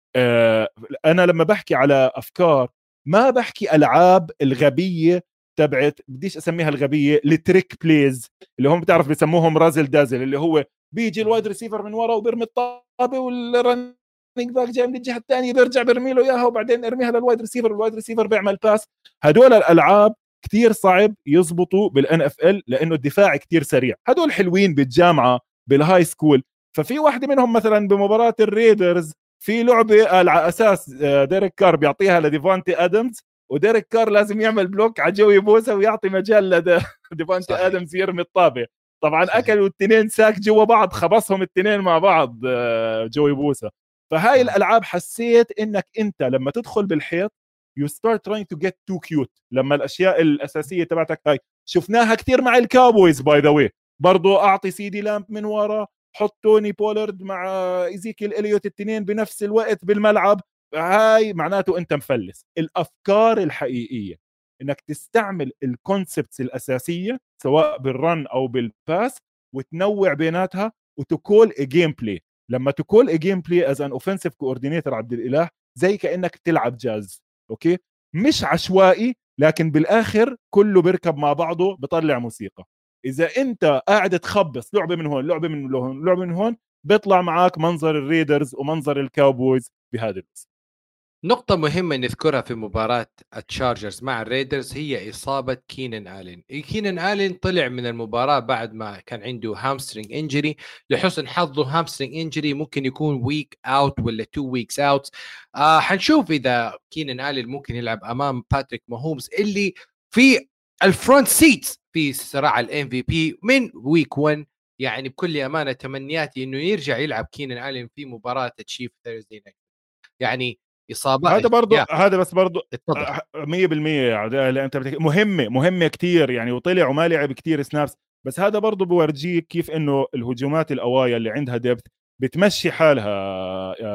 آه انا لما بحكي على افكار ما بحكي العاب الغبيه تبعت، بديش اسميها الغبيه، التريك بليز اللي هم بتعرف بيسموهم رازل دازل، اللي هو بيجي الوايد ريسيفر من ورا وبيرمي الطابه والرننج باك جاي من الجهه الثانيه بيرجع بيرمي له اياها وبعدين ارميها للوايد ريسيفر والوايد ريسيفر بيعمل باس. هدول الالعاب كتير صعب يزبطوا بالان اف ال لانه الدفاع كتير سريع. هدول حلوين بالجامعه بالهاي سكول. ففي واحده منهم مثلا بمباراه الريدرز في لعبه على اساس ديريك كار بيعطيها لديفانتي ادمز وديريك كار لازم يعمل بلوك على جوي بوسا ويعطي مجال لديفانتي ادمز يرمي الطابه. طبعا صحيح. اكلوا الاثنين ساك جوا بعض، خبصهم الاثنين مع بعض جوي بوسا. فهاي آه. الالعاب حسيت انك انت لما تدخل بالحيط you start trying to get too cute لما الاشياء الاساسيه تبعتك هاي شفناها كثير مع الكاوبويز باي ذا واي. برضو اعطي سيدي لامب من ورا، حط توني بولارد مع ايزيكيل اليوت الاثنين بنفس الوقت بالملعب، هاي معناته انت مفلس. الافكار الحقيقيه انك تستعمل الكونسبتس الاساسيه سواء بالرن او بالباس وتنوع بيناتها وتكول جيم بلاي. لما تكول جيم بلاي از ان اوفنسيف كوردينيتور عبد الاله زي كانك تلعب جاز، اوكي؟ مش عشوائي لكن بالاخر كله بيركب مع بعضه بطلع موسيقى. اذا انت قاعد تخبص لعبه من هون لعبه من هون لعبه من هون بيطلع معك منظر الريدرز ومنظر الكاوبويز بهذا الاسم. نقطة مهمة نذكرها في مباراة التشارجرز مع الريدرز هي إصابة كينان آلين. كينان آلين طلع من المباراة بعد ما كان عنده هامسترينج انجري. لحسن حظه هامسترينج انجري ممكن يكون ويك اوت ولا تو ويكس اوت. آه حنشوف إذا كينان آلين ممكن يلعب أمام باتريك ماهومز اللي في الفرونت سيت في صراع الام في بي من ويك واحد. يعني بكل أمانة تمنياتي إنه يرجع يلعب كينان آلين في مباراة تشيف ثيرزداي نايت. يعني إصابات هذا برضو يا. هذا بس برضو اتفضل. مية بالمية يعني انت بتك... مهمه مهمه كتير يعني، وطلع وما لعب كتير سنابس. بس هذا برضو بورجيك كيف انه الهجومات الاوايا اللي عندها ديبث بتمشي حالها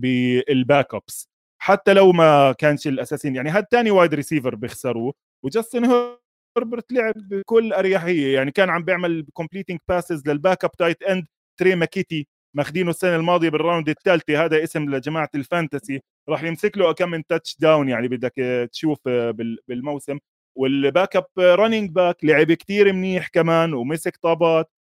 بالباك ابس حتى لو ما كانش الاساسيين. يعني هاد تاني وايد ريسيفر بيخسروه وجاستن هربرت لعب بكل اريحيه، يعني كان عم بيعمل كومبليتنج باسز للباك اب تايت اند تري ماكيتي ماخدينه السنه الماضيه بالراوند الثالثه. هذا اسم لجماعه الفانتسي راح يمسك له كم من تاتش داون يعني بدك تشوف بالموسم. والباك اب رننج باك لعب كتير منيح كمان ومسك طابات.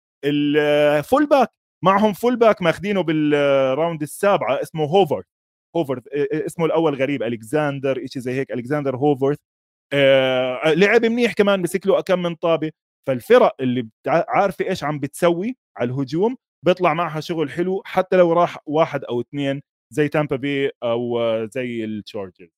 الفول باك معهم فول باك ماخدينه بالراوند السابعه اسمه هوفر هوفر اسمه الاول غريب الكساندر شيء زي هيك الكساندر هوفر. آه لعب منيح كمان مسك له كم من طابه. فالفرق اللي عارفه ايش عم بتسوي على الهجوم بيطلع معها شغل حلو حتى لو راح واحد او اثنين زي تامبا بي او زي التشارجرز.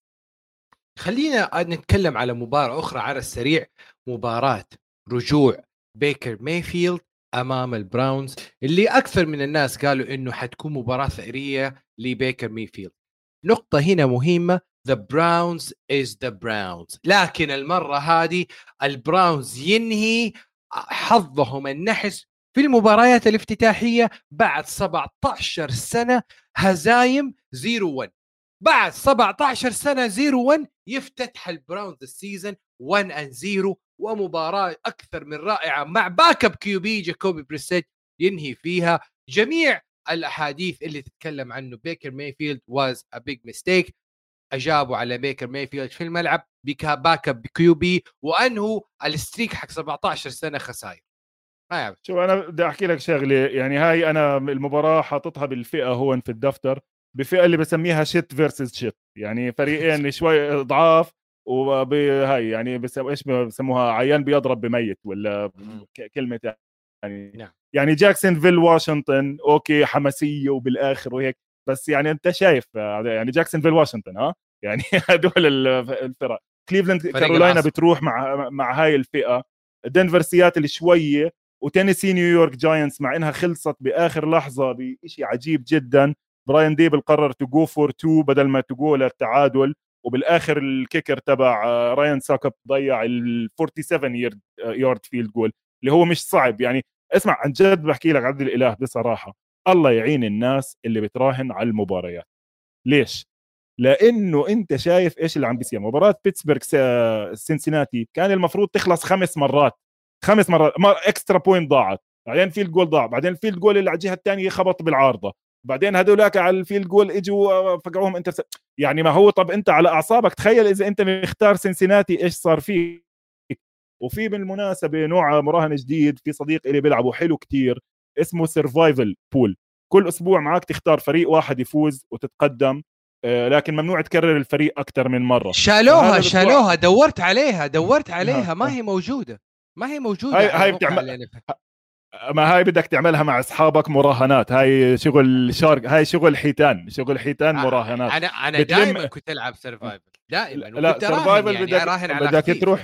خلينا نتكلم على مباراة أخرى على السريع. مباراة رجوع بيكر مايفيلد أمام البراونز اللي أكثر من الناس قالوا إنه حتكون مباراة ثأرية لبيكر مايفيلد. نقطة هنا مهمة. The Browns is the Browns. لكن المرة هذه البراونز ينهي حظهم النحس في المباريات الافتتاحية بعد سبعة عشر سنة هزايم صفر واحد. بعد سبعة عشر سنة صفر واحد يفتتح البراونز السيزن واحد and صفر ومباراة أكثر من رائعة مع باك اب كيوبي جاكوبي بريسيت ينهي فيها جميع الأحاديث اللي تتكلم عنه بيكر مايفيلد was a big mistake. أجابوا على بيكر مايفيلد في الملعب باك اب كيوبي وأنهوا الستريك حق سبعة عشر سنة خسائر. ما شو انا بدي احكي لك شغله، يعني هاي انا المباراه حاططها بالفئه هون في الدفتر، بفئه اللي بسميها شيت فيرسز شيت، يعني فريقين شوي ضعاف وبهاي يعني بسم... ايش بسموها، عيان بيضرب بميت ولا ك- كلمه يعني. نعم. يعني جاكسونفيل واشنطن اوكي حماسيه وبالاخر وهيك، بس يعني انت شايف يعني جاكسونفيل واشنطن ها يعني هدول الفرق. كليفلاند فريق كارولاينا العاصمة. بتروح مع مع هاي الفئه. دنفر سياتل شويه، وتينيسي نيويورك جاينتس مع انها خلصت باخر لحظه بشيء عجيب جدا. براين ديبل قرر تجو فور تو بدل ما تجو للتعادل، وبالاخر الكيكر تبع رايان ساكب ضيع ال سبعة وأربعين يارد فيلد جول اللي هو مش صعب يعني. اسمع عن جد بحكي لك عبد الاله بصراحه، الله يعين الناس اللي بتراهن على المباريات. ليش؟ لانه انت شايف ايش اللي عم بيصير. مباراه بيتسبرغ سينسيناتي كان المفروض تخلص خمس مرات، خمس مرات اكسترا بوينت ضاعت، بعدين فيلد جول ضاع، بعدين الفيلد جول اللي على الجهه الثانيه خبط بالعارضه، بعدين هذولاك على الفيلد جول اجوا فقعوهم انت. يعني ما هو طب انت على اعصابك، تخيل اذا انت مختار سينسيناتي ايش صار فيك. وفي بالمناسبه نوع مراهن جديد، في صديق لي بيلعبه حلو كتير اسمه سرفايفل بول. كل اسبوع معك تختار فريق واحد يفوز وتتقدم، آه، لكن ممنوع تكرر الفريق اكثر من مره. شالوها فهذا الاسبوع شالوها دورت عليها دورت ها عليها، ما ها هي موجودة، ما هي موجودة هاي على هاي موقع بتعمل، ال إن إف إل. ما هاي بدك تعملها مع اصحابك مراهنات، هاي شغل شارك، هاي شغل حيتان، شغل حيتان مراهنات. انا انا بتلم دائما كنت العب سرفايفل دائما، لا وكنت اراهن سرفايفل يعني بدك اراهن على بدك خفيف. تروح،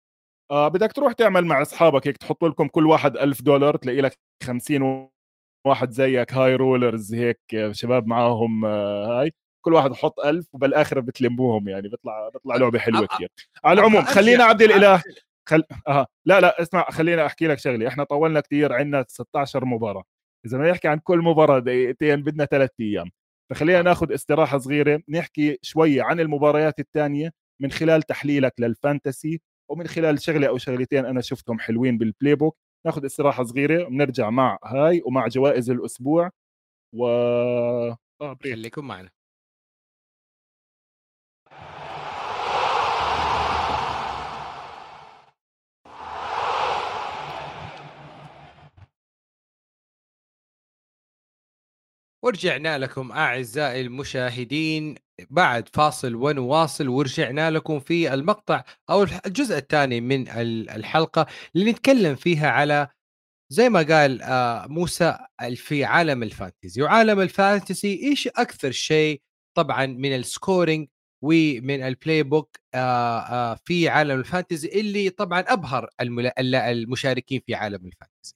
آه بدك تروح تعمل مع اصحابك هيك، تحط لكم كل واحد ألف دولار، تلاقي لك خمسين واحد زيك هاي رولرز هيك شباب معاهم، آه هاي كل واحد يحط ألف وبالاخر بتلموهم، يعني بيطلع بيطلع لعبه حلوه أب- كثير. على ابغى العموم خلينا ارجع عبد الاله، أ- خل... اه لا لا اسمع خلينا احكي لك شغله، احنا طولنا كثير، عندنا ستة عشر مباراه، اذا بدنا نحكي عن كل مباراه دقيقتين بدنا ثلاث ايام. فخلينا آه. ناخذ استراحه صغيره نحكي شويه عن المباريات الثانيه من خلال تحليلك للفانتسي، ومن خلال شغله او شغلتين انا شفتهم حلوين بالبلاي بوك. ناخذ استراحه صغيره وبنرجع مع هاي ومع جوائز الاسبوع و اه بريك. خليكم معنا. ورجعنا لكم أعزائي المشاهدين بعد فاصل ونواصل، ورجعنا لكم في المقطع أو الح- الجزء الثاني من ال- الحلقة اللي نتكلم فيها على زي ما قال آه، موسى ال- في عالم الفانتزي. وعالم الفانتزي إيش أكثر شيء طبعا من السكورينج ومن البلاي بوك آه، آه، في عالم الفانتزي اللي طبعا أبهر الملا- ال- المشاركين في عالم الفانتزي.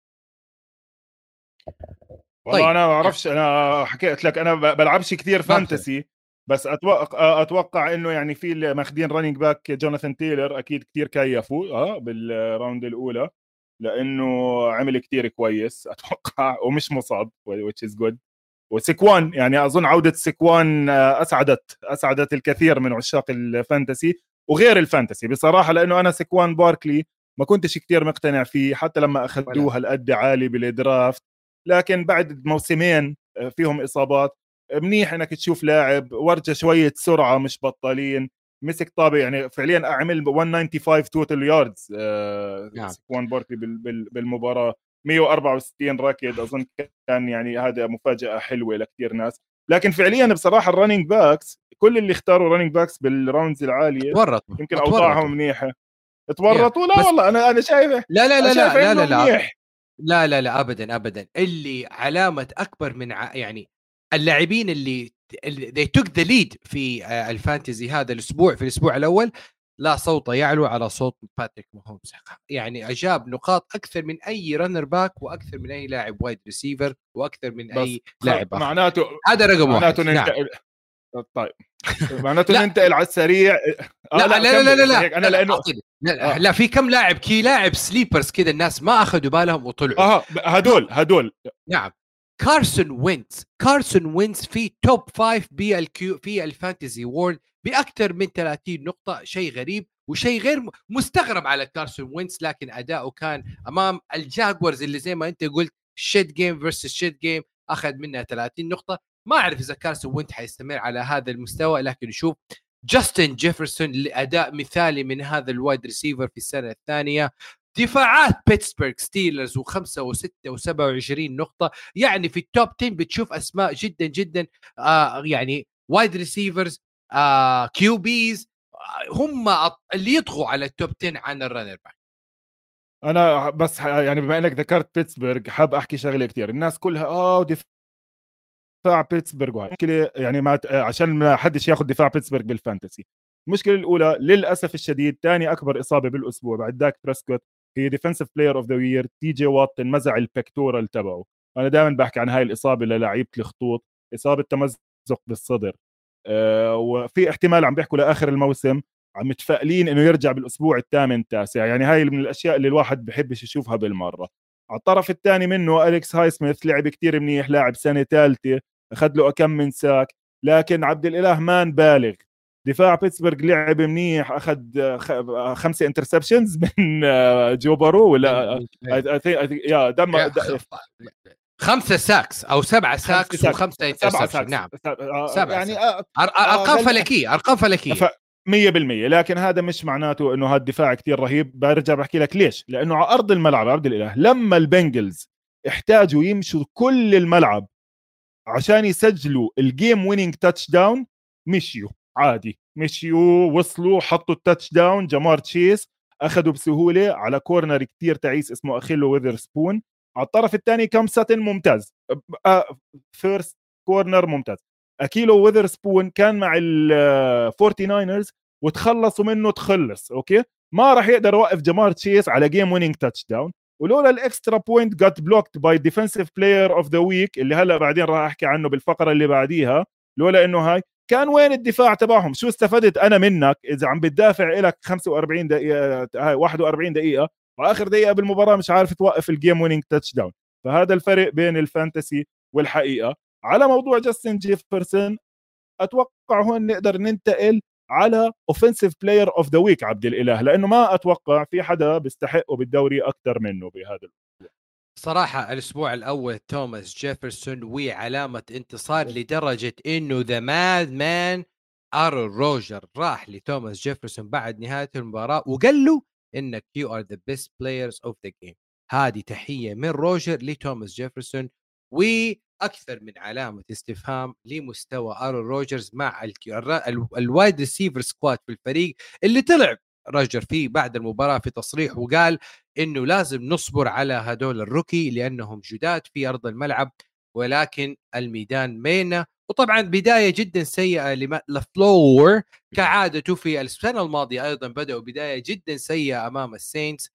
والله طيب انا ما يعني بعرفش، انا حكيت لك انا ب- بلعبش كثير ما بتعرف. فانتسي، بس اتوقع اتوقع انه يعني في اللي ماخذين رننج باك جوناثان تايلر اكيد كثير كيفوا اه بالراوند الاولى، لانه عمل كثير كويس اتوقع ومش مصاب which is good. وسكوان يعني اظن عوده سكوان آه، اسعدت اسعدت الكثير من عشاق الفانتسي وغير الفانتسي بصراحه، لانه انا سكوان باركلي ما كنتش كثير مقتنع فيه حتى لما ولا اخذوه هالقد عالي بالدرافت، لكن بعد موسمين آه، فيهم اصابات منيح انك تشوف لاعب ورجى شويه سرعه مش بطالين، مسك طابه يعني فعليا عمل مية وخمسة وتسعين توتال ياردز نعم. سكوان باركلي بال- بال- بالمباراه، مية وأربعة وستين راكد اظن كان، يعني هذا مفاجاه حلوه لكثير ناس. لكن فعليا بصراحه الرننج باكس كل اللي اختاروا رننج باكس بالراوندز العاليه تورطوا يمكن تورطوا اوضاعهم منيحه. يا تورطوا لا بس والله انا انا شايفه، لا لا انا لا لا شايفه لا انه لا لا منيح. لا لا لا ابدا ابدا. اللي علامه اكبر من ع... يعني اللاعبين اللي اللي they took the lead في آه، الفانتزي هذا الاسبوع، في الاسبوع الاول لا صوت يعلو على صوت باتريك ماهومز. يعني اجاب نقاط اكثر من اي رنر باك، واكثر من اي لاعب وايد ريسيفر، واكثر من بس اي خل... لاعب اخر. معناته هذا رقم واحد. معناته نعم. ننتقل، طيب معناته لا ننتقل على السريع. اه لا لا لا لا كمل لا اذا لا هيك انا لا لا لانه اعطيني لا, لا, اه لا في كم لاعب كي لاعب سليبرز كذا الناس ما اخذوا بالهم وطلعوا. اه هدول هدول نعم. كارسون وينز كارسون وينز في توب فايف بالكيو في الفانتزي وورلد باكثر من ثلاثين نقطه. شيء غريب وشيء غير م- مستغرب على كارسون وينز، لكن اداؤه كان امام الجاكورز اللي زي ما انت قلت شيت جيم فيرسس شيت جيم اخذ منها ثلاثين نقطه. ما اعرف اذا كارسون وينز حيستمر على هذا المستوى، لكن نشوف جاستن جيفرسون لاداء مثالي من هذا الوايد ريسيفر في السنه الثانيه. دفاعات بيتسبرغ ستيلرز وخمسة وستة وسبعة وعشرين نقطة، يعني في التوب عشرة بتشوف أسماء جدا جدا آه يعني وايد ريسيفرز، آه كيو بيز، آه هم اللي يطغوا على التوب عشرة عن الرنر باك. انا بس يعني بما انك ذكرت بيتسبرغ حاب احكي شغله كتير. الناس كلها اه دفاع بيتسبرغ وهي مشكله، يعني ما عشان ما حدش ياخذ دفاع بيتسبرغ بالفانتسي. المشكله الاولى للاسف الشديد ثاني اكبر اصابه بالاسبوع بعد داك بريسكوت هي ديفنسيف بلاير اوف ذا يير تي جي وات، انمزع البكتورال تبعه. انا دائما بحكي عن هاي الاصابه للاعيبه الخطوط، اصابه تمزق بالصدر. أه وفي احتمال عم بيحكوا لاخر الموسم، عم متفائلين انه يرجع بالاسبوع الثامن التاسع. يعني هاي من الاشياء اللي الواحد بحبش يشوفها بالمره. على الطرف الثاني منه أليكس هاي سميث لعب كتير منيح، لاعب سنه ثالثه، اخذ له كم من ساك، لكن عبد الاله ما بالغ. دفاع بيتسبرغ لعب منيح، اخذ خمسه انترسبشنز من جو بارو ولا يا دم خمسة ساكس او سبعة ساكس ساك. وخمسة انترسبشن. نعم سبعة يعني آه ارقام فلكيه، ارقام فلكيه مية بالمية. لكن هذا مش معناته انه هذا الدفاع كتير رهيب. برجع بحكي لك ليش، لانه على ارض الملعب عبد الاله لما البنجلز احتاجوا يمشوا كل الملعب عشان يسجلوا الجيم ويننج تاتش داون، مشيوا عادي، مشيوا وصلوا حطوا التاتش داون. جمار تشيس اخذوا بسهوله على كورنر كتير تعيس اسمه اخيلو ويذر سبون. على الطرف الثاني كم ساتن ممتاز، فيرست كورنر ممتاز. اكيلو ويذر سبون كان مع الفورتي ناينرز وتخلصوا منه تخلص اوكي، ما راح يقدر يوقف جمار تشيس على جيم ويننج تاتش داون. ولولا الاكسترا بوينت جت بلوكت باي ديفنسيف بلاير اوف ذا ويك اللي هلا بعدين راح احكي عنه بالفقره اللي بعديها، لولا انه هاي كان وين الدفاع تبعهم؟ شو استفدت انا منك اذا عم بتدافع لك خمسة وأربعين دقيقه، هاي واحد وأربعين دقيقه، واخر دقيقه بالمباراه مش عارف توقف الجيم ويننج تاتش داون. فهذا الفرق بين الفانتسي والحقيقه. على موضوع جاستن جيفرسون، اتوقع هون نقدر ننتقل على اوفنسيف بلاير اوف ذا ويك عبد الاله، لانه ما اتوقع في حدا بيستحقه بالدوري اكثر منه بهذا الاسبوع. صراحه الاسبوع الاول توماس جيفرسون وعلامه انتصار لدرجه انه ذا ماد مان ارون روجر راح لتوماس جيفرسون بعد نهايه المباراه وقال له انك يو ار ذا بيست بلايرز اوف ذا جيم. هذه تحيه من روجر لتوماس جيفرسون، واكثر من علامه استفهام لمستوى ارون روجرز مع الوايد ريسيفر سكواد في الفريق اللي طلع روجر فيه بعد المباراه في تصريح وقال انه لازم نصبر على هدول الروكي لانهم جداد في ارض الملعب، ولكن الميدان مينا. وطبعا بدايه جدا سيئه لفلور كعادته في السنه الماضيه، ايضا بداوا بدايه جدا سيئه امام السينتس،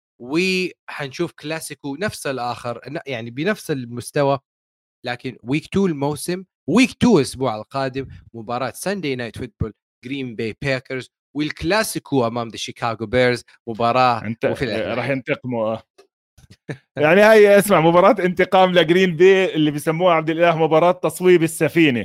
وحنشوف كلاسيكو نفس الاخر يعني بنفس المستوى. لكن ويك اثنين الموسم، ويك اثنين الاسبوع القادم مباراه ساندي نايت فوتبول جرين باي باكرز، والكلاسيكو امام ذا شيكاغو بيرز مباراه انت وفي راح ينتقموا يعني هاي اسمع مباراه انتقام لجرين باي اللي بيسموها عبد الاله مباراه تصويب السفينه.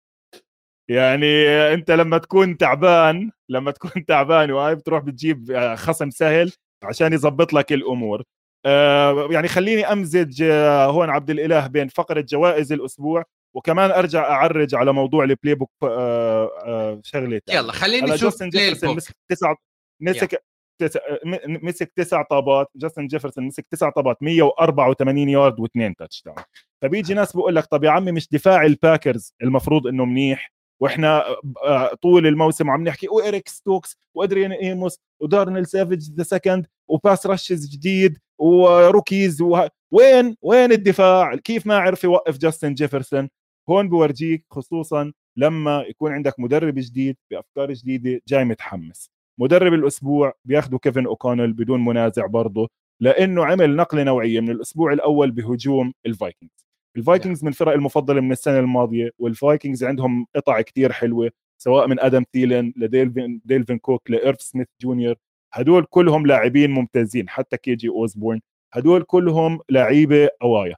يعني انت لما تكون تعبان لما تكون تعبان وهاي بتروح بتجيب خصم سهل عشان يظبط لك الامور. آه يعني خليني امزج آه هون عبد الاله بين فقره جوائز الاسبوع وكمان ارجع اعرج على موضوع البلاي بوك آه آه شغله. يلا خليني نشوف بلاي بوك. مسك تسع مسك تسع مسك تسع طابات. جاستن جيفرسون مسك تسع طابات مية وأربعة وثمانين يارد واثنين تاتش داون. فبيجي ناس بقول لك طب يا عمي مش دفاع الباكرز المفروض انه منيح واحنا طول الموسم عم نحكي وإيريك ستوكس وادريان ايموس ودارنيل سافيج ذا سكند وباس رشز جديد وروكيز و... وين وين الدفاع؟ كيف ما عرف يوقف جاستن جيفرسون؟ هون بورجيك خصوصا لما يكون عندك مدرب جديد بافكار جديده جاي متحمس. مدرب الاسبوع بياخده كيفن اوكونيل بدون منازع برضه، لانه عمل نقله نوعيه من الاسبوع الاول بهجوم الفايكنجز. الفايكنجز من الفرق المفضله من السنه الماضيه، والفايكنجز عندهم قطع كتير حلوه سواء من ادم ثيلن لديلفين ديلفين كوك لإيرف سميث جونيور. هدول كلهم لاعبين ممتازين، حتى كي جي اوزبورن هدول كلهم لاعيبه قوايا.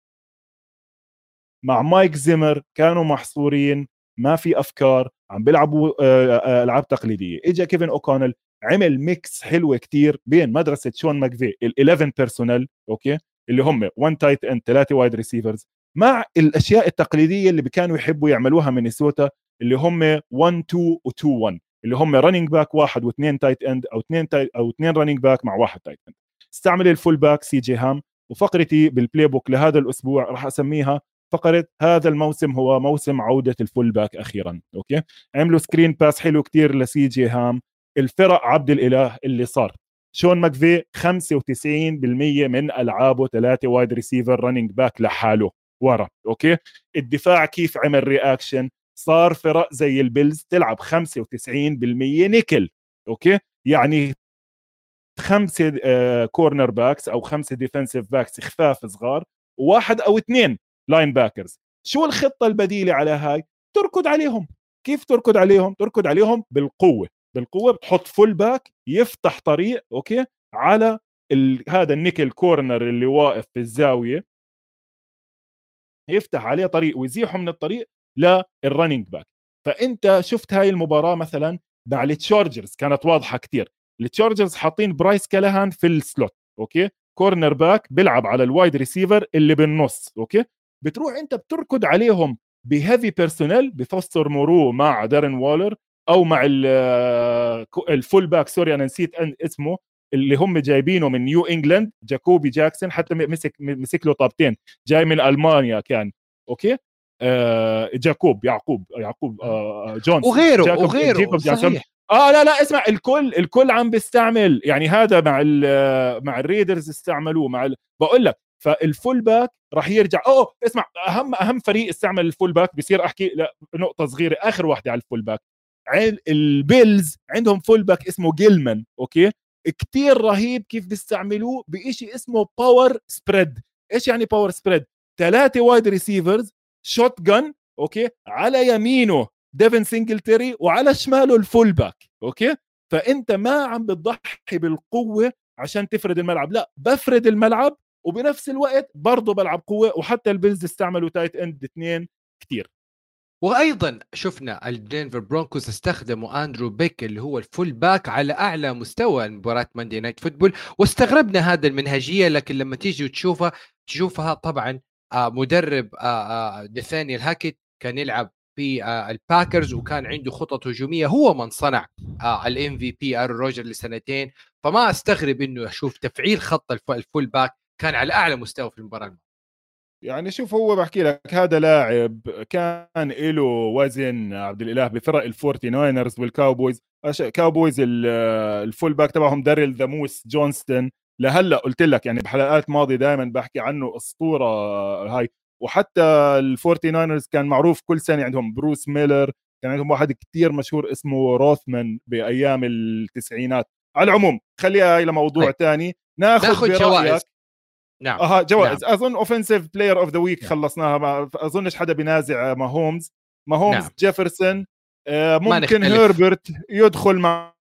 مع مايك زيمر كانوا محصورين، ما في افكار، عم بيلعبوا العاب تقليديه. اجا كيفن اوكونيل عمل ميكس حلوه كتير بين مدرسه شون ماكفي ال11 بيرسونال اوكي اللي هم وان تايت اند ثلاثه وايد ريسيفرز، مع الاشياء التقليديه اللي كانوا يحبوا يعملوها مينيسوتا اللي هم واحد اثنين و2 واحد اللي هم رننج باك واحد واثنين تايت اند او اثنين تايت او اثنين رننج باك مع واحد تايت اند. استعمل الفول باك سي جي هام. وفقرتي بالبلاي بوك لهذا الاسبوع راح اسميها فقره هذا الموسم هو موسم عوده الفول باك اخيرا. اوكي، عملوا سكرين باس حلو كتير لسي جي هام. الفرق عبد الاله اللي صار شون ماكفي خمسة وتسعين بالمية من العابه ثلاثه وايد ريسيفر رننج باك لحاله ورا. اوكي، الدفاع كيف عمل رياكشن، صار فرق زي البيلز تلعب خمسة وتسعين بالمية نيكل. اوكي، يعني خمسه آه كورنر باكس او خمسه ديفنسيف باكس خفاف صغار، وواحد او اثنين لاين باكرز. شو الخطه البديله على هاي؟ تركض عليهم. كيف تركض عليهم؟ تركض عليهم بالقوه. بالقوه بتحط فول باك يفتح طريق اوكي على ال... هذا النيكل كورنر اللي واقف في الزاويه، يفتح عليه طريق ويزيحه من الطريق للرننج باك. فانت شفت هاي المباراه مثلا مع التشارجرز كانت واضحه كتير. التشارجرز حاطين برايس كالهان في السلوت اوكي، كورنر باك بيلعب على الوايد ريسيفر اللي بالنص. اوكي، بتروح انت بتركض عليهم بهيفي بيرسونيل بفوستر مورو مع دارين وولر او مع الفول باك، سوري انا نسيت اسمه، اللي هم جايبينه من نيو انجلاند، جاكوبي جاكسون، حتى مسك مسك له طابتين، جاي من المانيا كان. اوكي، آه جاكوب يعقوب يعقوب آه جونسون، وغيره جاكوب وغيره جيكوب جونسون. صحيح. اه لا لا اسمع، الكل الكل عم بيستعمل يعني هذا مع ال مع الريدرز استعملوه مع ال... بقول لك فالفول باك راح يرجع. اوه اسمع، اهم اهم فريق استعمل الفول باك بصير احكي لا نقطه صغيره اخر واحده على الفول باك. عين البيلز عندهم فول باك اسمه جيلمان. اوكي، كتير رهيب كيف بيستعملوه بإشي اسمه باور سبريد. ايش يعني باور سبريد؟ ثلاثه وايد ريسيفرز شوت جن اوكي، على يمينه ديفن سينجلتري وعلى شماله الفول باك. اوكي، فانت ما عم بتضحي بالقوه عشان تفرد الملعب، لا بفرد الملعب وبنفس الوقت برضه بلعب قوه. وحتى البيلز استعملوا تايت اند اثنين كتير. وايضا شفنا الدنفر برونكوز استخدموا اندرو بيك اللي هو الفول باك على اعلى مستوى مباراه ماندي نايت فوتبول، واستغربنا هذا المنهجيه. لكن لما تيجي وتشوفها تشوفها طبعا آه مدرب ناثانيال آه هاكيت كان يلعب في آه الباكرز وكان عنده خطط هجوميه، هو من صنع آه الام في بي ارون روجر لسنتين. فما استغرب انه اشوف تفعيل خط الفول باك كان على اعلى مستوى في المباراه. يعني شوف، هو بحكي لك هذا لاعب كان له وزن عبد الاله بفرق الفورتي ناينرز والكاوبويز. كاوبويز الفول باك تبعهم داريل ذا موس جونستون، لهلا قلت لك يعني بحلقات ماضيه دائما بحكي عنه اسطوره هاي. وحتى الفورتي ناينرز كان معروف كل سنه عندهم بروس ميلر، كان عندهم واحد كتير مشهور اسمه روثمان بايام التسعينات. على العموم خليها هاي لموضوع ثاني، ناخذ ناخذ برايك جوائز. نعم اها جوائز. نعم. اظن اوفنسيف بلاير اوف ذا ويك نعم. خلصناها، ما اظنش حدا بينازع ما هومز ما هومز نعم. جيفرسون. آه ممكن نختلف. هيربرت يدخل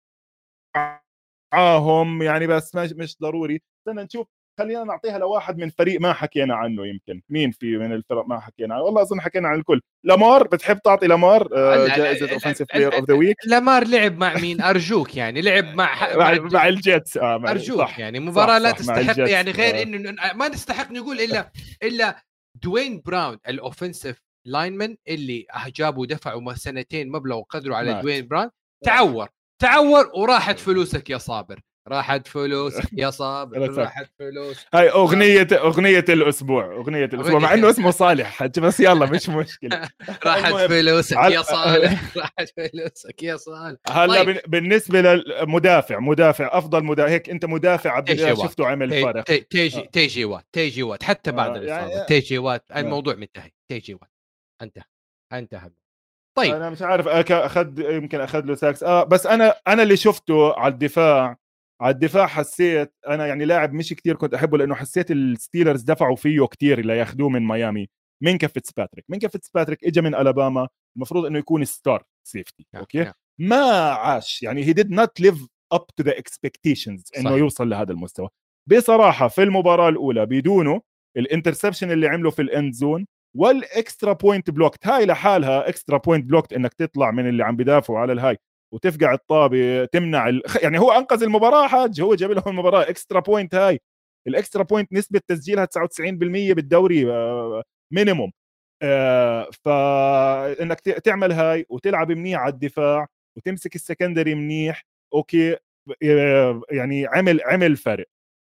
معاهم يعني، بس مش, مش ضروري. استنى نشوف، خلينا نعطيها لواحد من فريق ما حكينا عنه. يمكن مين في من الفرق ما حكينا عنه؟ والله اظن حكينا عن الكل. لامار، بتحب تعطي لامار آه جائزه اوفنسيف بلاير اوف ذا ويك؟ لامار لعب مع مين؟ ارجوك يعني لعب مع مع, مع, مع الجيتس. اه مع ارجوك صح يعني صح مباراه لا صح مع تستحق الجيتس. يعني غير آه. انه ما نستحق نقول الا الا دوين براون الاوفنسيف لاينمان اللي جابوا دفعوا سنتين مبلغ وقدروا على مات. دوين براون. تعور تعور وراحت فلوسك يا صابر، راحت فلوسك يا صابر، راحت فلوس. هاي اغنيه اغنيه الاسبوع، اغنيه الاسبوع مع انه اسمه صالح، بس يلا مش مشكله. راحت فلوسك على... يا صالح، راحت فلوسك يا صالح. هلا طيب. بالنسبه للمدافع، مدافع افضل مدافع هيك انت مدافع عبد الله شفته عمل تي... فرق. تي... تيجي تيجي وات تيجي وات حتى بعد آه الاصابه يعني... تيجي وات آه. الموضوع منتهي. تيجي وات انتهى انتهى. طيب انا مش عارف اخذ يمكن اخذ له ساكس اه بس انا انا اللي شفته على الدفاع على الدفاع حسيت انا يعني لاعب مش كتير كنت احبه، لانه حسيت الستيلرز دفعوا فيه كتير لياخذوه من ميامي. مينكا فيتسباتريك مينكا فيتسباتريك اجى من الاباما، المفروض انه يكون ستار سيفتي. نعم. اوكي نعم. ما عاش يعني he did not live up to the expectations انه صح. يوصل لهذا المستوى. بصراحه في المباراه الاولى بدونه الانترسبشن اللي عمله في الاند زون والاكسترا بوينت بلوكت، هاي لحالها اكسترا بوينت بلوكت انك تطلع من اللي عم بدافعوا على الهاي وتفقع الطابه تمنع ال... يعني هو انقذ المباراه حاج، هو جاب لهم المباراه. اكسترا بوينت هاي الاكسترا بوينت نسبه تسجيلها تسعة وتسعين بالمية بالدوري مينيموم. آه فانك تعمل هاي وتلعب منيح على الدفاع وتمسك السكندري منيح. اوكي يعني عمل عمل فرق.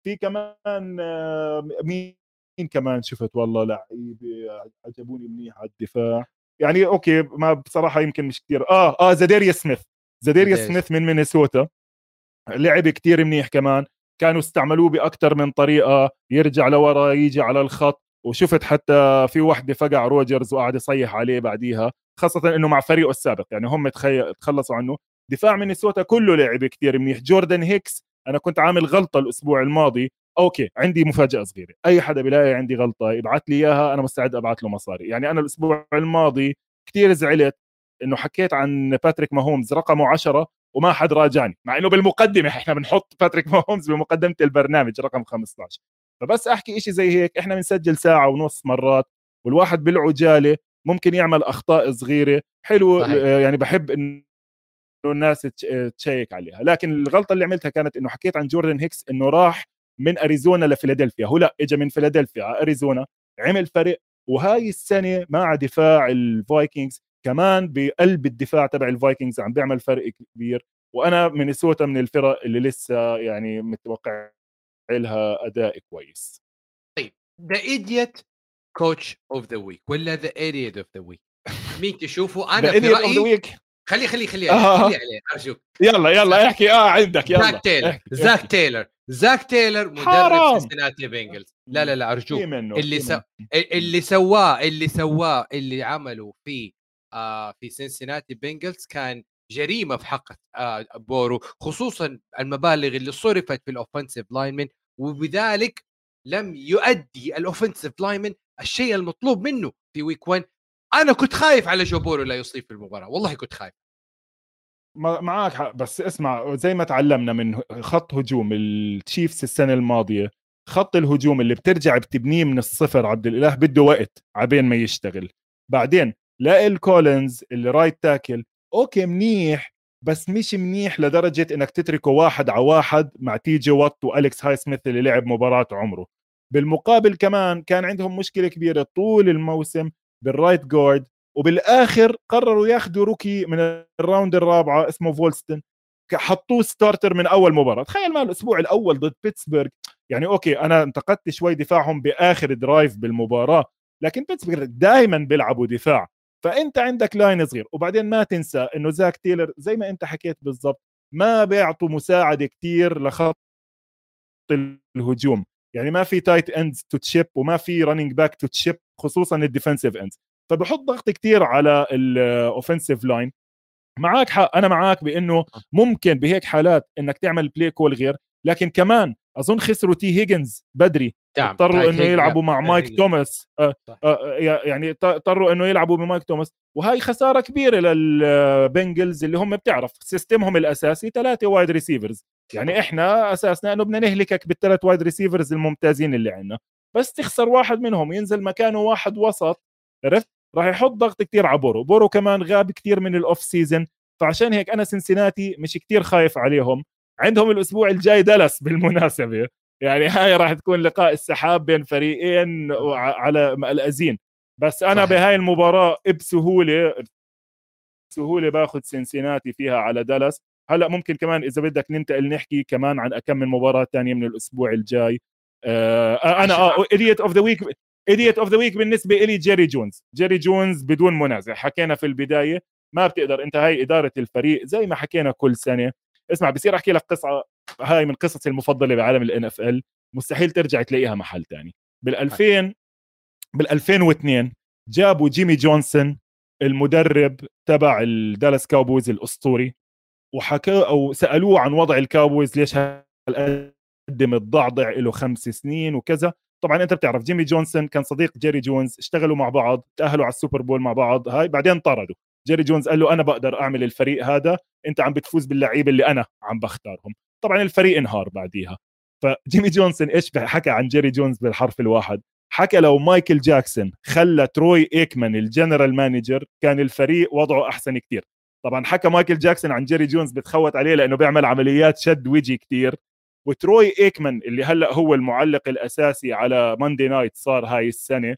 في كمان مين كمان شفت والله لعيبه عجبوني منيح على الدفاع يعني اوكي ما بصراحه يمكن مش كثير اه اه زاديريا سميث زاديريا سميث من مينيسوتا لعب كتير منيح كمان كانوا استعملوه بأكتر من طريقة يرجع لورا يجي على الخط وشفت حتى في وحده فقع روجرز وقعد يصيح عليه بعديها خاصة انه مع فريقه السابق يعني هم تخي... تخلصوا عنه دفاع مينيسوتا كله لعب كتير منيح جوردن هيكس انا كنت عامل غلطة الاسبوع الماضي اوكي عندي مفاجأة صغيرة اي حدا بلاقي عندي غلطة يبعث لي اياها انا مستعد ابعث له مصاري يعني انا الاسبوع الماضي كتير زعلت انه حكيت عن باتريك ماهومز رقمه عشرة وما حد راجعني مع انه بالمقدمه احنا بنحط باتريك ماهومز بمقدمه البرنامج رقم خمسة عشر فبس احكي إشي زي هيك احنا بنسجل ساعه ونص مرات والواحد بالعجاله ممكن يعمل اخطاء صغيره حلو صحيح. يعني بحب انه الناس تشيك عليها لكن الغلطه اللي عملتها كانت انه حكيت عن جوردن هيكس انه راح من اريزونا لفيلادلفيا هو لا اجى من فيلادلفيا على اريزونا عمل فرق وهاي السنه مع دفاع الفايكنجز كمان بقلب الدفاع تبع الفايكنجز عم بيعمل فرق كبير وانا مينيسوتا من الفرق اللي لسه يعني متوقع لها اداء كويس. طيب ذا ايديوت كوتش اوف ذا ويك ولا ذا ايديوت اوف ذا ويك مين تشوفوا؟ انا في رايي خلي خلي خلي آه. خلي عليه ارجوك يلا يلا احكي اه عندك يلا زاك تايلر احكي. زاك تايلر زاك تايلر مدرب سينسيناتي بينجلز لا لا لا ارجوك اللي سو... اللي سواه اللي سواه اللي عمله في آه في سينسيناتي بينجلز كان جريمه في حق آه بورو خصوصا المبالغ اللي صرفت في الاوفنسيف لاينمن وبذلك لم يؤدي الاوفنسيف لاينمن الشيء المطلوب منه في ويك واحد. انا كنت خايف على جو بورو لا يصيب في المباراه والله كنت خايف. معك حق بس اسمع زي ما تعلمنا من خط هجوم التشيفز السنه الماضيه خط الهجوم اللي بترجع بتبنيه من الصفر عبد الاله بده وقت عبين ما يشتغل. بعدين لائل كولينز اللي رايت تاكل اوكي منيح بس مش منيح لدرجه انك تتركه واحد على واحد مع تي جي وات والكس هاي سميث اللي لعب مباراه عمره. بالمقابل كمان كان عندهم مشكله كبيره طول الموسم بالرايت جارد وبالاخر قرروا ياخذوا روكي من الراوند الرابعه اسمه فولستن حطوه ستارتر من اول مباراه. تخيل ما الاسبوع الاول ضد بيتسبرغ يعني اوكي انا انتقدت شوي دفاعهم باخر درايف بالمباراه لكن بيتسبرغ دائما بيلعبوا دفاع فانت عندك لاين صغير. وبعدين ما تنسى انه زاك تيلر زي ما انت حكيت بالضبط ما بيعطوا مساعده كتير لخط الهجوم يعني ما في تايت اندز تو تشيب وما في رننج باك تو تشيب خصوصا الديفنسيف اندز فبحط ضغط كتير على الاوفنسيف لاين. معاك حق انا معاك بانه ممكن بهيك حالات انك تعمل بلاي كول غير لكن كمان اظن خسروا تي هيجنز بدري اضطروا انه يلعبوا مع مايك توماس آه آه يعني اضطروا انه يلعبوا بمايك توماس وهي خساره كبيره للبنجلز اللي هم بتعرف سيستمهم الاساسي ثلاثه وايد ريسيفرز يعني احنا اساسنا انه بدنا نهلكك بالثلاث وايد ريسيفرز الممتازين اللي عندنا بس تخسر واحد منهم ينزل مكانه واحد وسط عرفت راح يحط ضغط كتير على بورو. بورو كمان غاب كتير من الاوف سيزن فعشان هيك انا سنسيناتي مش كتير خايف عليهم. عندهم الاسبوع الجاي دالاس بالمناسبه يعني هاي راح تكون لقاء السحاب بين فريقين على الازين بس انا صحيح. بهاي المباراه بسهوله بسهوله باخذ سنسيناتي فيها على دالاس. هلا ممكن كمان اذا بدك ننتقل نحكي كمان عن كم من مباراه ثانيه من الاسبوع الجاي. آه انا اه ايديوت اوف ذا ويك ايديوت اوف ذا ويك بالنسبه لي جيري جونز. جيري جونز بدون منازع حكينا في البدايه ما بتقدر انت هاي اداره الفريق زي ما حكينا كل سنه. اسمع بصير احكي لك قصه هاي من قصصي المفضله بعالم الان اف ال مستحيل ترجع تلاقيها محل تاني. بالألفين بالألفين واثنين جابوا جيمي جونسون المدرب تبع الدالاس كاوبويز الاسطوري وحكى او سالوه عن وضع الكاوبويز ليش قدم الضعضع له خمس سنين وكذا. طبعا انت بتعرف جيمي جونسون كان صديق جيري جونز اشتغلوا مع بعض تاهلوا على السوبر بول مع بعض هاي بعدين طردوا. جيري جونز قال له انا بقدر اعمل الفريق هذا انت عم بتفوز باللعيبه اللي انا عم بختارهم. طبعا الفريق انهار بعديها. فجيمي جونسون ايش حكى عن جيري جونز بالحرف الواحد حكى لو مايكل جاكسون خلى تروي ايكمان الجنرال مانجر كان الفريق وضعه احسن كتير. طبعا حكى مايكل جاكسون عن جيري جونز بتخوت عليه لانه بيعمل عمليات شد وجهي كتير. وتروي ايكمان اللي هلا هو المعلق الاساسي على ماندي نايت صار هاي السنه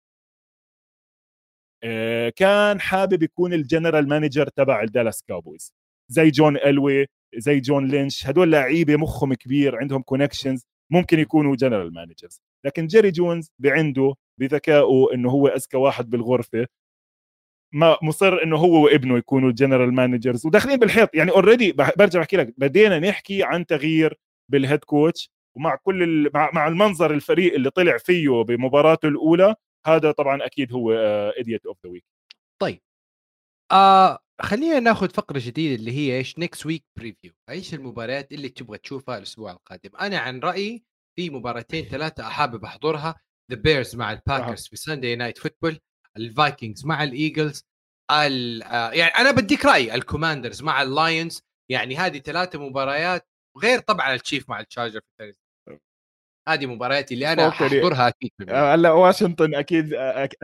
كان حابب يكون الجنرال مانجر تبع الدالاس كاوبويز زي جون الوي زي جون لينش. هدول لعيبه مخهم كبير عندهم كونكشنز ممكن يكونوا جنرال مانجرز. لكن جيري جونز بعنده بذكائه انه هو اذكى واحد بالغرفه، ما مصر انه هو وابنه يكونوا جنرال مانجرز وداخلين بالحيط. يعني اوريدي برجع بحكي لك بدينا نحكي عن تغيير بالهيد كوتش، ومع كل ال... مع... مع المنظر الفريق اللي طلع فيه بمباراته الاولى، هذا طبعا اكيد هو ايديت اوف ذا ويك. طيب آه خلينا ناخذ فقره جديده اللي هي ايش نيكست ويك بريفيو. ايش المباريات اللي تبغى تشوفها الاسبوع القادم؟ انا عن رايي في مباراتين ثلاثه احابب احضرها. ذا بيرز مع الباكرز في ساندي نايت فوتبول، الفايكنجز مع الايجلز، ال آه يعني انا بديك رايي الكوماندرز مع اللايونز. يعني هذه ثلاثه مباريات، غير طبعا التشيف مع التشارجر في الثالث. هذه مبارياتي اللي انا احضرها اكيد. هلا واشنطن اكيد أك...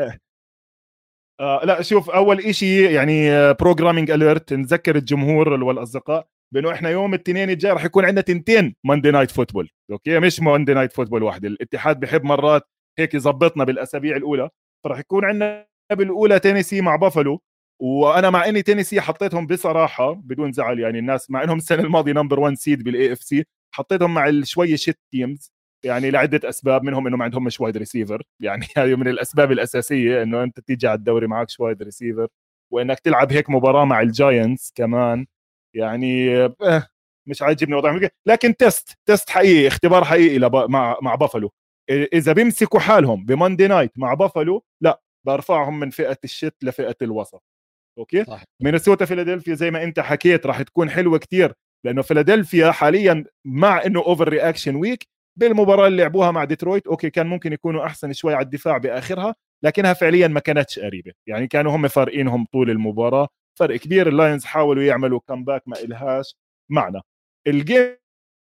آه لا شوف، اول إشي يعني بروجرامينج اليرت، نذكر الجمهور والاصدقاء بانه احنا يوم الاثنين الجاي راح يكون عندنا تنتين ماندي نايت فوتبول، اوكي مش ماندي نايت فوتبول واحده. الاتحاد بحب مرات هيك يظبطنا بالاسابيع الاولى، فراح يكون عندنا بالاولى تينيسي مع بافلو. وانا مع اني تينيسي حطيتهم بصراحه بدون زعل، يعني الناس مع انهم السنه الماضيه نمبر واحد سيد بالاي اف سي، حطيتهم مع شويه شيت تيمز يعني لعده اسباب، منهم انه ما عندهم مش وايد ريسيفر. يعني هذه من الاسباب الاساسيه انه انت تيجي على الدوري معك شويه وايد ريسيفر، وانك تلعب هيك مباراه مع الجاينتس كمان يعني اه مش عاجبني وضعهم. لكن تيست تيست حقيقي، اختبار حقيقي لب... مع مع بافلو. اذا بيمسكوا حالهم بماندي نايت مع بافلو، لا برفعهم من فئه الشت لفئه الوسط. اوكي صح. مينيسوتا فيلادلفيا زي ما انت حكيت راح تكون حلوه كتير، لانه فيلادلفيا حاليا مع انه اوفر رياكشن ويك بالمباراه اللي لعبوها مع ديترويت، اوكي كان ممكن يكونوا احسن شوي على الدفاع باخرها، لكنها فعليا ما كانتش قريبه. يعني كانوا هم فارقينهم طول المباراه فرق كبير. اللاينز حاولوا يعملوا كامباك ما إلهاش معنا. الجيم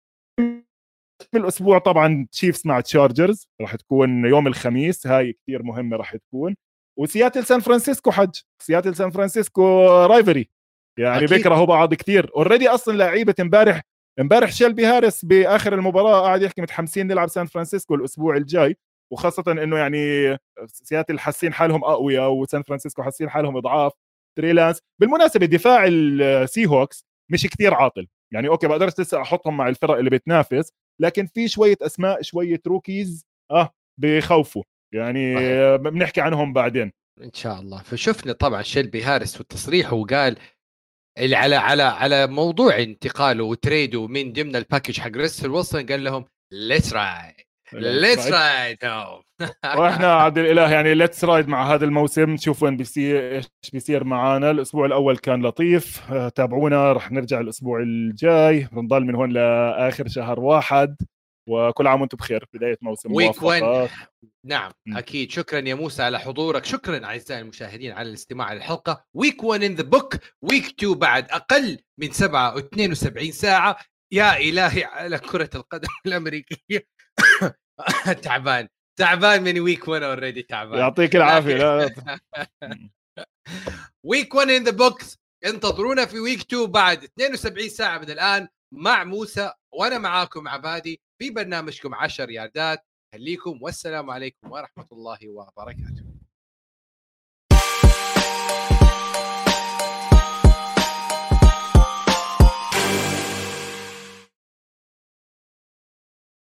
الاسبوع طبعا تشيفز مع تشارجرز راح تكون يوم الخميس، هاي كثير مهمه راح تكون. وسياتل سان فرانسيسكو حج، سياتل سان فرانسيسكو رايفري، يعني أكيد. بيكرهوا بعض كثير اوريدي. اصلا لعيبه امبارح امبارح شيلبي هاريس باخر المباراه قاعد يحكي متحمسين نلعب سان فرانسيسكو الاسبوع الجاي، وخاصه انه يعني سياتل حاسين حالهم اقوياء وسان فرانسيسكو حاسين حالهم اضعاف. تريلانس بالمناسبه دفاع السي هوكس مش كثير عاطل، يعني اوكي بقدرش لسه احطهم مع الفرق اللي بتنافس، لكن في شويه اسماء شويه روكيز اه بخوفوا يعني صحيح. بنحكي عنهم بعدين ان شاء الله. فشفنا طبعا شيلبي هاريس في التصريح وقال اللي على على على موضوع انتقاله وتريده من ضمن الباكج حق رسل ويلسون، قال لهم ليتس رايد ليتس رايد. واحنا عبد الاله يعني ليتس رايد مع هذا الموسم، نشوف وين بيصير ايش بيصير معانا. الاسبوع الاول كان لطيف، تابعونا رح نرجع الاسبوع الجاي، بنضل من هون لاخر شهر واحد، وكل عام وانتم بخير، بدايه موسم موفقه. نعم م. اكيد. شكرا يا موسى على حضورك، شكرا اعزائي المشاهدين على الاستماع للحلقه. ويك واحد ان ذا بوك، ويك اثنين بعد اقل من سبعة واثنين وسبعين ساعه. يا الهي على كره القدم الامريكيه. تعبان تعبان من ويك واحد اوريدي تعبان. يعطيك العافيه. لا ويك واحد ان ذا بوكس، انتظرونا في ويك اثنين بعد اثنين وسبعين ساعه من الان مع موسى، وانا معاكم عبادي في برنامجكم عشر ياردات. خليكم والسلام عليكم ورحمه الله وبركاته.